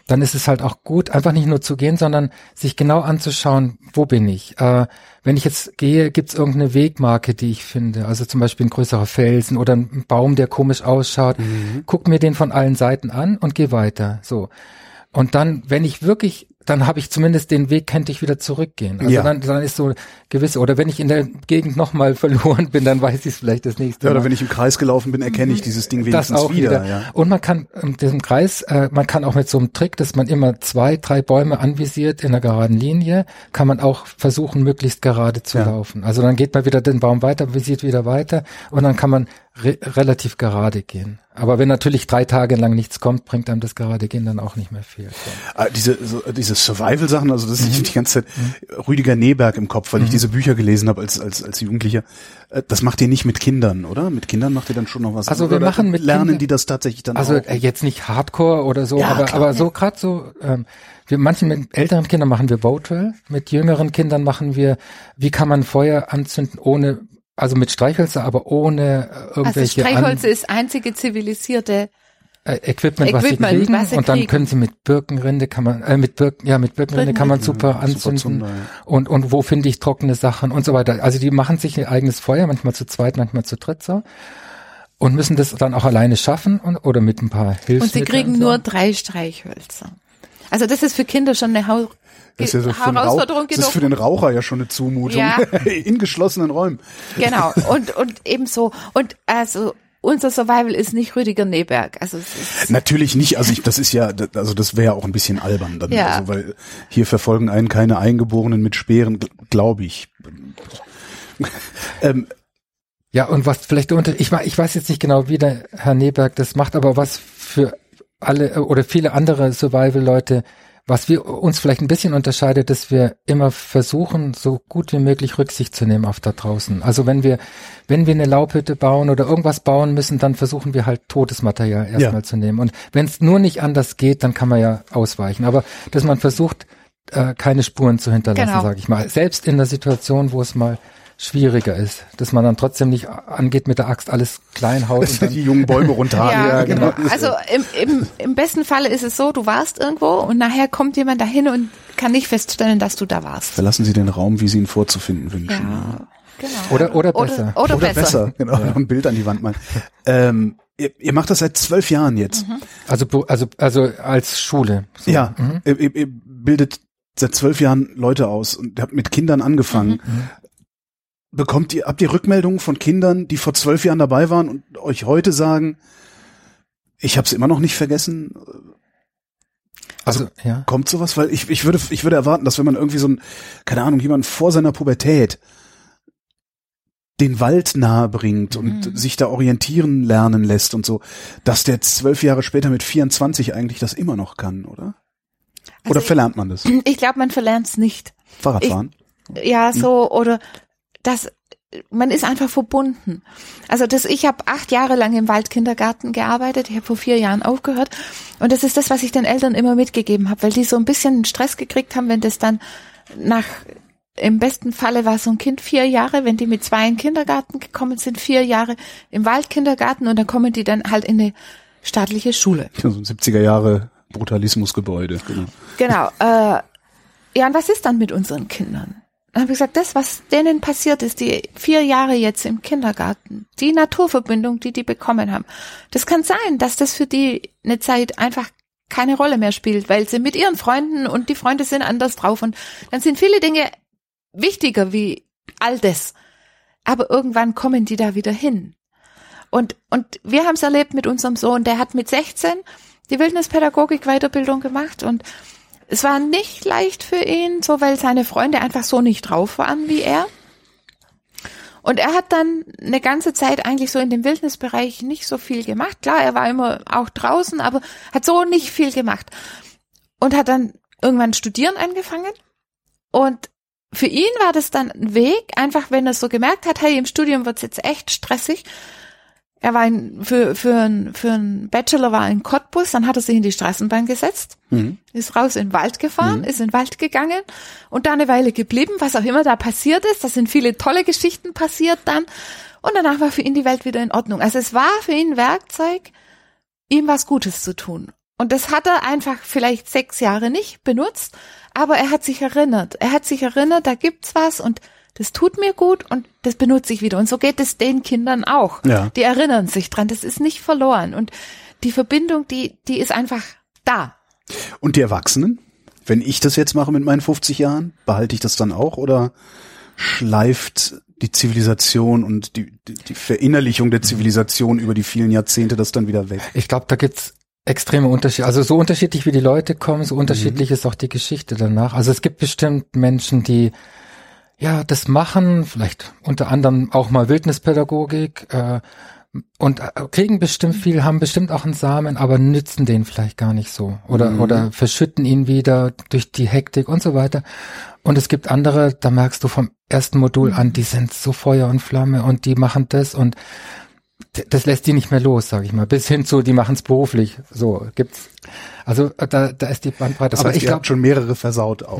dann ist es halt auch gut, einfach nicht nur zu gehen, sondern sich genau anzuschauen, wo bin ich. Wenn ich jetzt gehe, gibt's irgendeine Wegmarke, die ich finde, also zum Beispiel ein größerer Felsen oder ein Baum, der komisch ausschaut. Guck mir den von allen Seiten an und geh weiter. So. Und dann, wenn ich wirklich, dann habe ich zumindest den Weg, könnte ich wieder zurückgehen. Also dann ist so gewisse, oder wenn ich in der Gegend nochmal verloren bin, dann weiß ich es vielleicht das nächste Mal. Oder wenn ich im Kreis gelaufen bin, erkenne ich dieses Ding wenigstens das auch wieder. Ja. Und man kann in diesem Kreis, man kann auch mit so einem Trick, dass man immer 2, 3 Bäume anvisiert in einer geraden Linie, kann man auch versuchen, möglichst gerade zu laufen. Also dann geht man wieder den Baum weiter, visiert wieder weiter und dann kann man relativ gerade gehen. Aber wenn natürlich 3 Tage lang nichts kommt, bringt einem das gerade Gehen dann auch nicht mehr viel. Diese Survival-Sachen, also das ist die ganze Zeit Rüdiger Neberg im Kopf, weil ich diese Bücher gelesen habe als Jugendlicher. Das macht ihr nicht mit Kindern, oder? Mit Kindern macht ihr dann schon noch was. Also wir machen mit lernen Kindern, die das tatsächlich dann also auch? jetzt nicht Hardcore oder so, Ja, aber klar, aber so gerade so. Mit älteren Kindern machen wir Boatwell, mit jüngeren Kindern machen wir, wie kann man Feuer anzünden ohne, also mit Streichhölzer, aber ohne irgendwelche Streichhölzer ist einzige zivilisierte Equipment, was sie kriegen. Und dann können sie mit Birkenrinde kann man, mit Birkenrinde kann man super anzünden. Super Zunder, und wo finde ich trockene Sachen und so weiter. Also die machen sich ein eigenes Feuer, manchmal zu zweit, manchmal zu dritt so. Und müssen das dann auch alleine schaffen oder mit ein paar Hilfsmitteln. Und sie kriegen nur 3 Streichhölzer. Also das ist für Kinder schon eine Das ist ja so Herausforderung das ist für den Raucher ja schon eine Zumutung. Ja. In geschlossenen Räumen. Genau. Und ebenso. Und also unser Survival ist nicht Rüdiger Neberg. Also es ist Natürlich nicht. Also das wäre auch ein bisschen albern dann. Ja. Also, weil hier verfolgen einen keine Eingeborenen mit Speeren, glaube ich. Ja, und was vielleicht ich weiß jetzt nicht genau, wie der Herr Neberg das macht, aber was für alle oder viele andere Survival-Leute, was wir uns vielleicht ein bisschen unterscheidet, dass wir immer versuchen, so gut wie möglich Rücksicht zu nehmen auf da draußen. Also wenn wir eine Laubhütte bauen oder irgendwas bauen müssen, dann versuchen wir halt totes Material erstmal zu nehmen. Und wenn es nur nicht anders geht, dann kann man ja ausweichen. Aber dass man versucht, keine Spuren zu hinterlassen, sage ich mal. Selbst in der Situation, wo es mal schwieriger ist, dass man dann trotzdem nicht angeht mit der Axt alles klein haut. Und dann die jungen Bäume runter. Ja, genau. Also im besten Falle ist es so, du warst irgendwo und nachher kommt jemand dahin und kann nicht feststellen, dass du da warst. Verlassen Sie den Raum, wie Sie ihn vorzufinden wünschen. Ja, genau. Oder besser. Oder besser. Genau, noch ein Bild an die Wand malen. Ihr macht das seit 12 Jahren jetzt. Also als Schule. So. Ja, ihr bildet seit 12 Jahren Leute aus und habt mit Kindern angefangen. Habt ihr Rückmeldungen von Kindern, die vor 12 Jahren dabei waren und euch heute sagen, ich habe es immer noch nicht vergessen? Also kommt sowas? Weil ich würde erwarten, dass wenn man irgendwie so jemand vor seiner Pubertät den Wald nahe bringt und sich da orientieren lernen lässt und so, dass der 12 Jahre später mit 24 eigentlich das immer noch kann, oder? Also oder verlernt man das? Ich glaube, man verlernt es nicht. Fahrradfahren? Oder man ist einfach verbunden. Also ich habe 8 Jahre lang im Waldkindergarten gearbeitet, ich habe vor 4 Jahren aufgehört und das ist das, was ich den Eltern immer mitgegeben habe, weil die so ein bisschen Stress gekriegt haben, wenn das dann im besten Falle war so ein Kind 4 Jahre, wenn die mit 2 in den Kindergarten gekommen sind, 4 Jahre im Waldkindergarten und dann kommen die dann halt in eine staatliche Schule. So ein 70er Jahre Brutalismusgebäude. Genau. Und was ist dann mit unseren Kindern? Dann habe ich gesagt, das, was denen passiert ist, die 4 Jahre jetzt im Kindergarten, die Naturverbindung, die bekommen haben, das kann sein, dass das für die eine Zeit einfach keine Rolle mehr spielt, weil sie mit ihren Freunden und die Freunde sind anders drauf und dann sind viele Dinge wichtiger wie all das. Aber irgendwann kommen die da wieder hin. Und wir haben es erlebt mit unserem Sohn, der hat mit 16 die Wildnispädagogik-Weiterbildung gemacht und es war nicht leicht für ihn, so weil seine Freunde einfach so nicht drauf waren wie er. Und er hat dann eine ganze Zeit eigentlich so in dem Wildnisbereich nicht so viel gemacht. Klar, er war immer auch draußen, aber hat so nicht viel gemacht. Und hat dann irgendwann studieren angefangen. Und für ihn war das dann ein Weg, einfach wenn er so gemerkt hat, hey, im Studium wird's jetzt echt stressig. Er war für einen Bachelor war in Cottbus, dann hat er sich in die Straßenbahn gesetzt, ist raus in den Wald gefahren, ist in den Wald gegangen und da eine Weile geblieben, was auch immer da passiert ist. Da sind viele tolle Geschichten passiert dann und danach war für ihn die Welt wieder in Ordnung. Also es war für ihn ein Werkzeug, ihm was Gutes zu tun. Und das hat er einfach vielleicht 6 Jahre nicht benutzt, aber er hat sich erinnert. Er hat sich erinnert, da gibt's was und das tut mir gut und das benutze ich wieder. Und so geht es den Kindern auch. Ja. Die erinnern sich dran, das ist nicht verloren. Und die Verbindung, die ist einfach da. Und die Erwachsenen? Wenn ich das jetzt mache mit meinen 50 Jahren, behalte ich das dann auch oder schleift die Zivilisation und die Verinnerlichung der Zivilisation über die vielen Jahrzehnte das dann wieder weg? Ich glaube, da gibt's extreme Unterschiede. Also so unterschiedlich wie die Leute kommen, so unterschiedlich ist auch die Geschichte danach. Also es gibt bestimmt Menschen, die das machen, vielleicht unter anderem auch mal Wildnispädagogik und kriegen bestimmt viel, haben bestimmt auch einen Samen, aber nützen den vielleicht gar nicht so oder verschütten ihn wieder durch die Hektik und so weiter. Und es gibt andere, da merkst du vom ersten Modul an, die sind so Feuer und Flamme und die machen das und das lässt die nicht mehr los, sage ich mal. Bis hin zu, die machen es beruflich. So gibt's. Also da ist die Bandbreite. Das heißt, aber ich glaube schon mehrere versaut auch.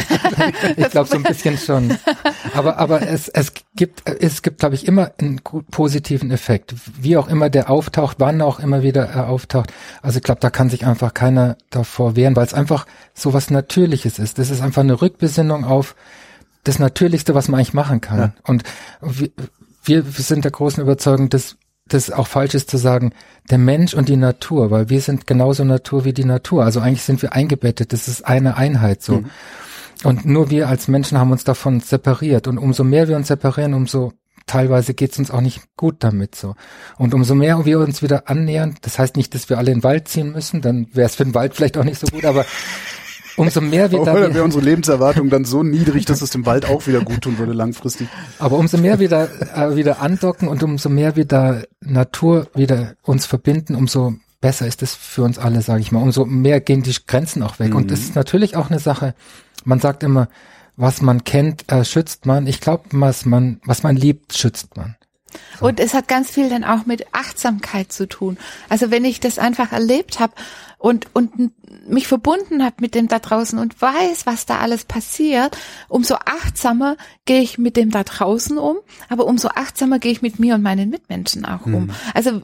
Ich glaube so ein bisschen schon. Aber es gibt, glaube ich, immer einen positiven Effekt. Wie auch immer der auftaucht, wann auch immer wieder er auftaucht. Also ich glaube, da kann sich einfach keiner davor wehren, weil es einfach so was Natürliches ist. Das ist einfach eine Rückbesinnung auf das Natürlichste, was man eigentlich machen kann. Ja. Und wir sind der großen Überzeugung, dass das auch falsch ist zu sagen, der Mensch und die Natur, weil wir sind genauso Natur wie die Natur. Also eigentlich sind wir eingebettet, das ist eine Einheit so. Mhm. Und nur wir als Menschen haben uns davon separiert. Und umso mehr wir uns separieren, umso teilweise geht's uns auch nicht gut damit so. Und umso mehr wir uns wieder annähern, das heißt nicht, dass wir alle in den Wald ziehen müssen, dann wäre es für den Wald vielleicht auch nicht so gut, aber umso mehr wir da wäre unsere Lebenserwartung dann so niedrig, dass es dem Wald auch wieder gut tun würde langfristig. Aber umso mehr wir da wieder andocken und umso mehr wir da Natur wieder uns verbinden, umso besser ist es für uns alle, sage ich mal. Umso mehr gehen die Grenzen auch weg. Und das ist natürlich auch eine Sache, man sagt immer, was man kennt, schützt man. Ich glaube, was man liebt, schützt man. So. Und es hat ganz viel dann auch mit Achtsamkeit zu tun. Also wenn ich das einfach erlebt habe und mich verbunden habe mit dem da draußen und weiß, was da alles passiert, umso achtsamer gehe ich mit dem da draußen um, aber umso achtsamer gehe ich mit mir und meinen Mitmenschen auch um. Also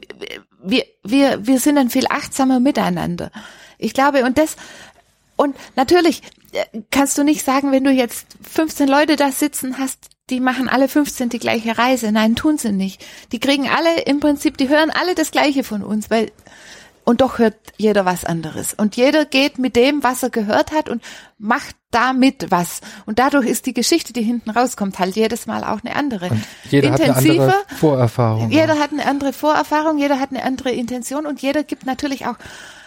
wir sind dann viel achtsamer miteinander. Ich glaube, und natürlich kannst du nicht sagen, wenn du jetzt 15 Leute da sitzen hast, die machen alle 15 die gleiche Reise. Nein, tun sie nicht. Die kriegen alle im Prinzip, die hören alle das Gleiche von uns, und doch hört jeder was anderes. Und jeder geht mit dem, was er gehört hat und macht damit was. Und dadurch ist die Geschichte, die hinten rauskommt, halt jedes Mal auch eine andere. Und jeder hat eine andere Vorerfahrung. Jeder hat eine andere Vorerfahrung, jeder hat eine andere Intention und jeder gibt natürlich auch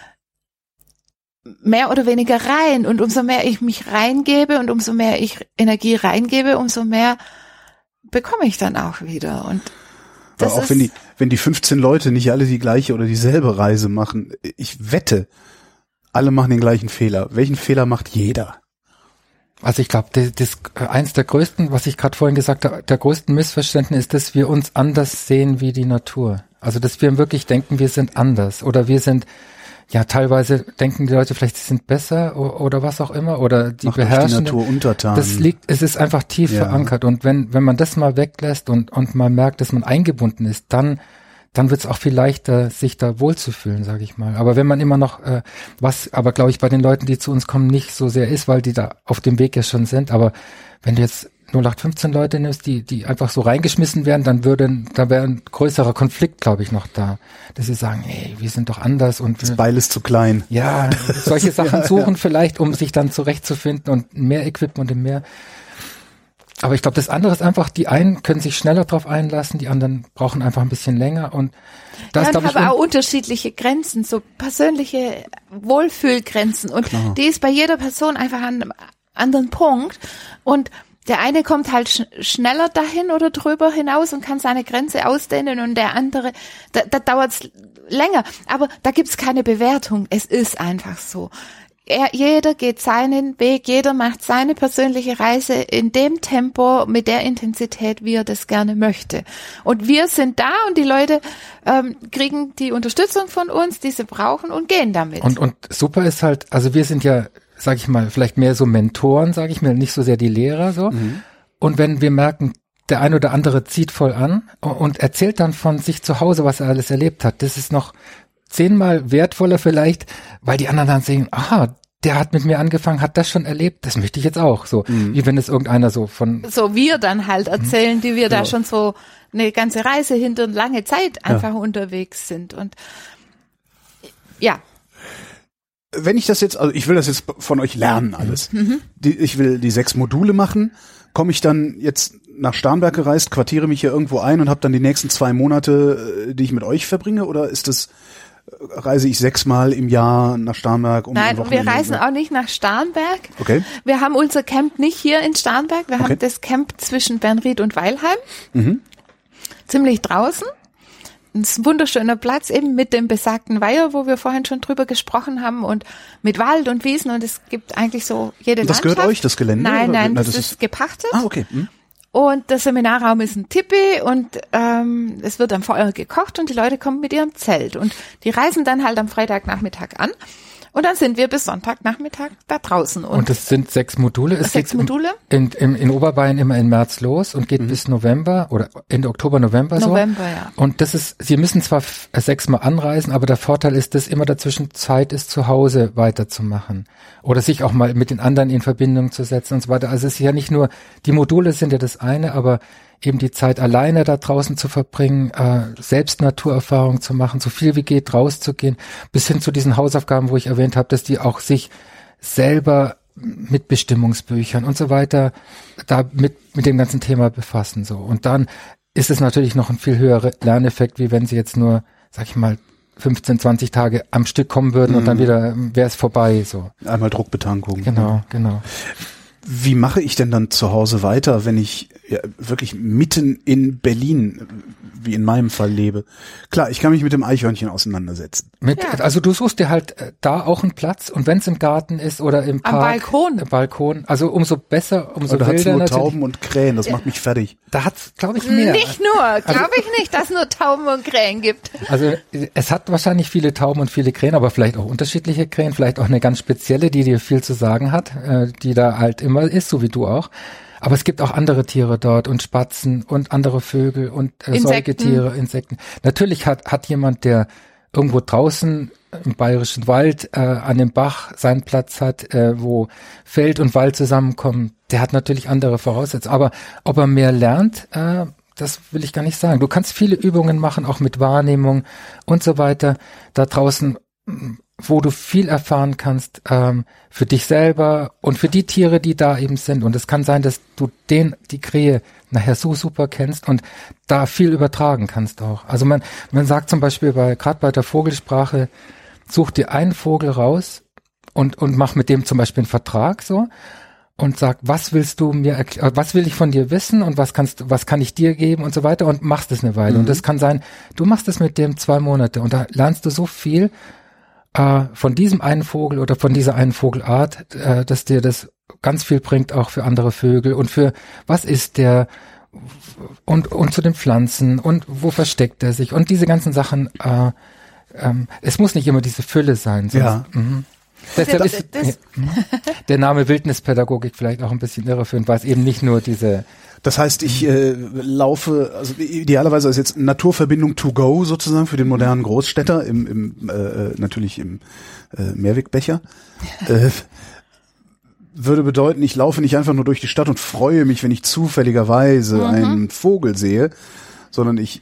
mehr oder weniger rein. Und umso mehr ich mich reingebe und umso mehr ich Energie reingebe, umso mehr bekomme ich dann auch wieder. Und das aber auch wenn die 15 Leute nicht alle die gleiche oder dieselbe Reise machen, ich wette, alle machen den gleichen Fehler. Welchen Fehler macht jeder? Also ich glaube, das eins der größten, was ich gerade vorhin gesagt habe, der größten Missverständnis ist, dass wir uns anders sehen wie die Natur. Also dass wir wirklich denken, wir sind anders oder wir sind, ja teilweise denken die Leute vielleicht, sie sind besser oder was auch immer oder die macht beherrschen. Die Natur untertan. Es ist einfach tief verankert und wenn man das mal weglässt und mal merkt, dass man eingebunden ist, dann wird es auch viel leichter, sich da wohlzufühlen, sage ich mal. Aber wenn man immer noch, was aber glaube ich bei den Leuten, die zu uns kommen, nicht so sehr ist, weil die da auf dem Weg ja schon sind, aber wenn du jetzt 0815 Leute nimmst, die einfach so reingeschmissen werden, da wäre ein größerer Konflikt, glaube ich, noch da. Dass sie sagen, ey, wir sind doch anders und das Beil ist zu klein. Ja, solche Sachen suchen vielleicht, um sich dann zurechtzufinden und mehr Equipment und mehr. Aber ich glaube, das andere ist einfach, die einen können sich schneller drauf einlassen, die anderen brauchen einfach ein bisschen länger und das ja, und haben auch unterschiedliche Grenzen, so persönliche Wohlfühlgrenzen und klar. Die ist bei jeder Person einfach an einem anderen Punkt und der eine kommt halt schneller dahin oder drüber hinaus und kann seine Grenze ausdehnen und der andere, da dauert's länger. Aber da gibt's keine Bewertung. Es ist einfach so. Jeder geht seinen Weg, jeder macht seine persönliche Reise in dem Tempo, mit der Intensität, wie er das gerne möchte. Und wir sind da und die Leute kriegen die Unterstützung von uns, die sie brauchen und gehen damit. Und super ist halt, also wir sind ja, sag ich mal, vielleicht mehr so Mentoren, sag ich mal, nicht so sehr die Lehrer so. Und wenn wir merken, der ein oder andere zieht voll an und erzählt dann von sich zu Hause, was er alles erlebt hat, das ist noch 10-mal wertvoller vielleicht, weil die anderen dann sehen, aha, der hat mit mir angefangen, hat das schon erlebt, das möchte ich jetzt auch. So, wie wenn es irgendeiner so von... So wir dann halt erzählen, die wir da schon so eine ganze Reise hinter eine lange Zeit einfach unterwegs sind. Und ja. Wenn ich das jetzt, also ich will das jetzt von euch lernen alles. Ich will die 6 Module machen. Komme ich dann jetzt nach Starnberg gereist, quartiere mich hier irgendwo ein und habe dann die nächsten 2 Monate, die ich mit euch verbringe? Oder ist das, reise ich 6-mal im Jahr nach Starnberg? Nein, wir reisen auch nicht nach Starnberg. Okay. Wir haben unser Camp nicht hier in Starnberg. Wir haben das Camp zwischen Bernried und Weilheim. Ziemlich draußen. Ein wunderschöner Platz, eben mit dem besagten Weiher, wo wir vorhin schon drüber gesprochen haben, und mit Wald und Wiesen, und es gibt eigentlich so jede Landschaft. Das gehört euch, das Gelände? Nein, das ist gepachtet. Ah, okay. Und der Seminarraum ist ein Tipi, und es wird am Feuer gekocht und die Leute kommen mit ihrem Zelt. Und die reisen dann halt am Freitagnachmittag an. Und dann sind wir bis Sonntagnachmittag da draußen. Und es sind 6 Module. Es 6 Module. In Oberbayern immer im März los und geht bis November oder Ende Oktober, November so. November, ja. Und das ist, Sie müssen zwar 6-mal anreisen, aber der Vorteil ist, dass immer dazwischen Zeit ist, zu Hause weiterzumachen. Oder sich auch mal mit den anderen in Verbindung zu setzen und so weiter. Also es ist ja nicht nur, die Module sind ja das eine, aber eben die Zeit alleine da draußen zu verbringen, selbst Naturerfahrung zu machen, so viel wie geht rauszugehen, bis hin zu diesen Hausaufgaben, wo ich erwähnt habe, dass die auch sich selber mit Bestimmungsbüchern und so weiter da mit dem ganzen Thema befassen. So. Und dann ist es natürlich noch ein viel höherer Lerneffekt, wie wenn sie jetzt nur, sag ich mal, 15, 20 Tage am Stück kommen würden und dann wieder wäre es vorbei. So. Einmal Druckbetankung. Genau. Wie mache ich denn dann zu Hause weiter, wenn ich wirklich mitten in Berlin, wie in meinem Fall, lebe? Klar, ich kann mich mit dem Eichhörnchen auseinandersetzen. Also du suchst dir halt da auch einen Platz, und wenn es im Garten ist oder im Park. Am Balkon. Also umso besser, umso wilder natürlich. Da hat's nur Tauben und Krähen, das macht mich fertig. Da hat's, glaube ich, mehr. Nicht nur, glaube ich nicht, dass es nur Tauben und Krähen gibt. Also es hat wahrscheinlich viele Tauben und viele Krähen, aber vielleicht auch unterschiedliche Krähen, vielleicht auch eine ganz spezielle, die dir viel zu sagen hat, die da halt immer ist, so wie du auch. Aber es gibt auch andere Tiere dort und Spatzen und andere Vögel und Säugetiere, Insekten. Natürlich hat jemand, der irgendwo draußen im Bayerischen Wald an dem Bach seinen Platz hat, wo Feld und Wald zusammenkommen, der hat natürlich andere Voraussetzungen. Aber ob er mehr lernt, das will ich gar nicht sagen. Du kannst viele Übungen machen, auch mit Wahrnehmung und so weiter da draußen, wo du viel erfahren kannst für dich selber und für die Tiere, die da eben sind. Und es kann sein, dass du die Krähe nachher so super kennst und da viel übertragen kannst auch. Also man sagt zum Beispiel gerade bei der Vogelsprache, such dir einen Vogel raus und mach mit dem zum Beispiel einen Vertrag so und sag, was willst du mir was will ich von dir wissen und was kann ich dir geben und so weiter, und machst es eine Weile. Und das kann sein, du machst es mit dem 2 Monate und da lernst du so viel von diesem einen Vogel oder von dieser einen Vogelart, dass dir das ganz viel bringt, auch für andere Vögel und für was ist der und zu den Pflanzen und wo versteckt er sich und diese ganzen Sachen. Es muss nicht immer diese Fülle sein. Sonst, ja. Deshalb ist der Name Wildnispädagogik vielleicht auch ein bisschen irreführend, weil es eben nicht nur diese... Das heißt, ich laufe, also idealerweise ist jetzt Naturverbindung to go sozusagen für den modernen Großstädter, natürlich im Mehrwegbecher. Würde bedeuten, ich laufe nicht einfach nur durch die Stadt und freue mich, wenn ich zufälligerweise einen Vogel sehe, sondern ich,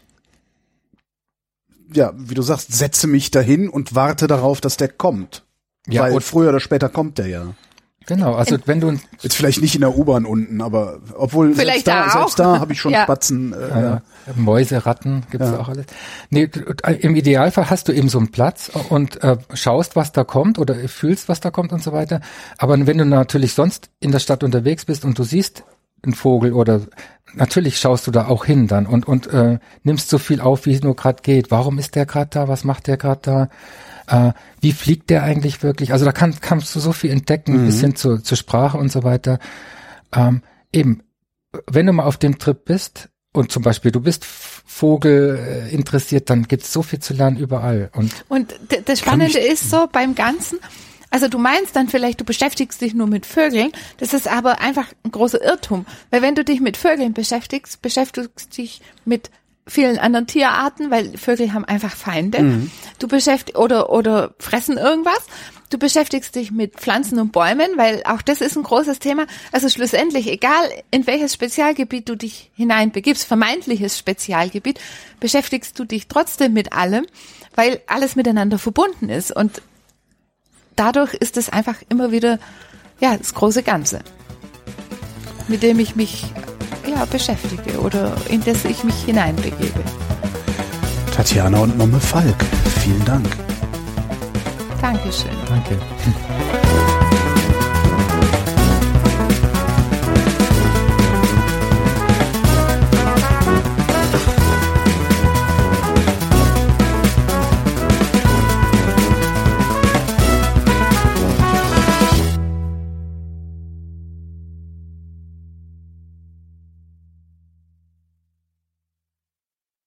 ja, wie du sagst, setze mich dahin und warte darauf, dass der kommt. Ja, weil früher oder später kommt der ja. Genau, also wenn du... Jetzt vielleicht nicht in der U-Bahn unten, aber obwohl selbst da habe ich schon Spatzen. Mäuse, Ratten, gibt's auch alles. Nee, im Idealfall hast du eben so einen Platz und schaust, was da kommt oder fühlst, was da kommt und so weiter. Aber wenn du natürlich sonst in der Stadt unterwegs bist und du siehst einen Vogel oder natürlich schaust du da auch hin dann und nimmst so viel auf, wie es nur gerade geht. Warum ist der gerade da? Was macht der gerade da? Wie fliegt der eigentlich wirklich? Also da kannst du so viel entdecken, bis hin zur Sprache und so weiter. Eben, wenn du mal auf dem Trip bist und zum Beispiel du bist Vogel interessiert, dann gibt's so viel zu lernen überall. Und das Spannende ist so beim Ganzen, also du meinst dann vielleicht, du beschäftigst dich nur mit Vögeln, das ist aber einfach ein großer Irrtum. Weil wenn du dich mit Vögeln beschäftigst, beschäftigst dich mit vielen anderen Tierarten, weil Vögel haben einfach Feinde. Du oder fressen irgendwas. Du beschäftigst dich mit Pflanzen und Bäumen, weil auch das ist ein großes Thema. Also schlussendlich, egal in welches Spezialgebiet du dich hineinbegibst, vermeintliches Spezialgebiet, beschäftigst du dich trotzdem mit allem, weil alles miteinander verbunden ist. Und dadurch ist es einfach immer wieder, ja, das große Ganze, mit dem ich mich beschäftige oder in das ich mich hineinbegebe. Tatjana und Momme Falk, vielen Dank. Dankeschön. Danke.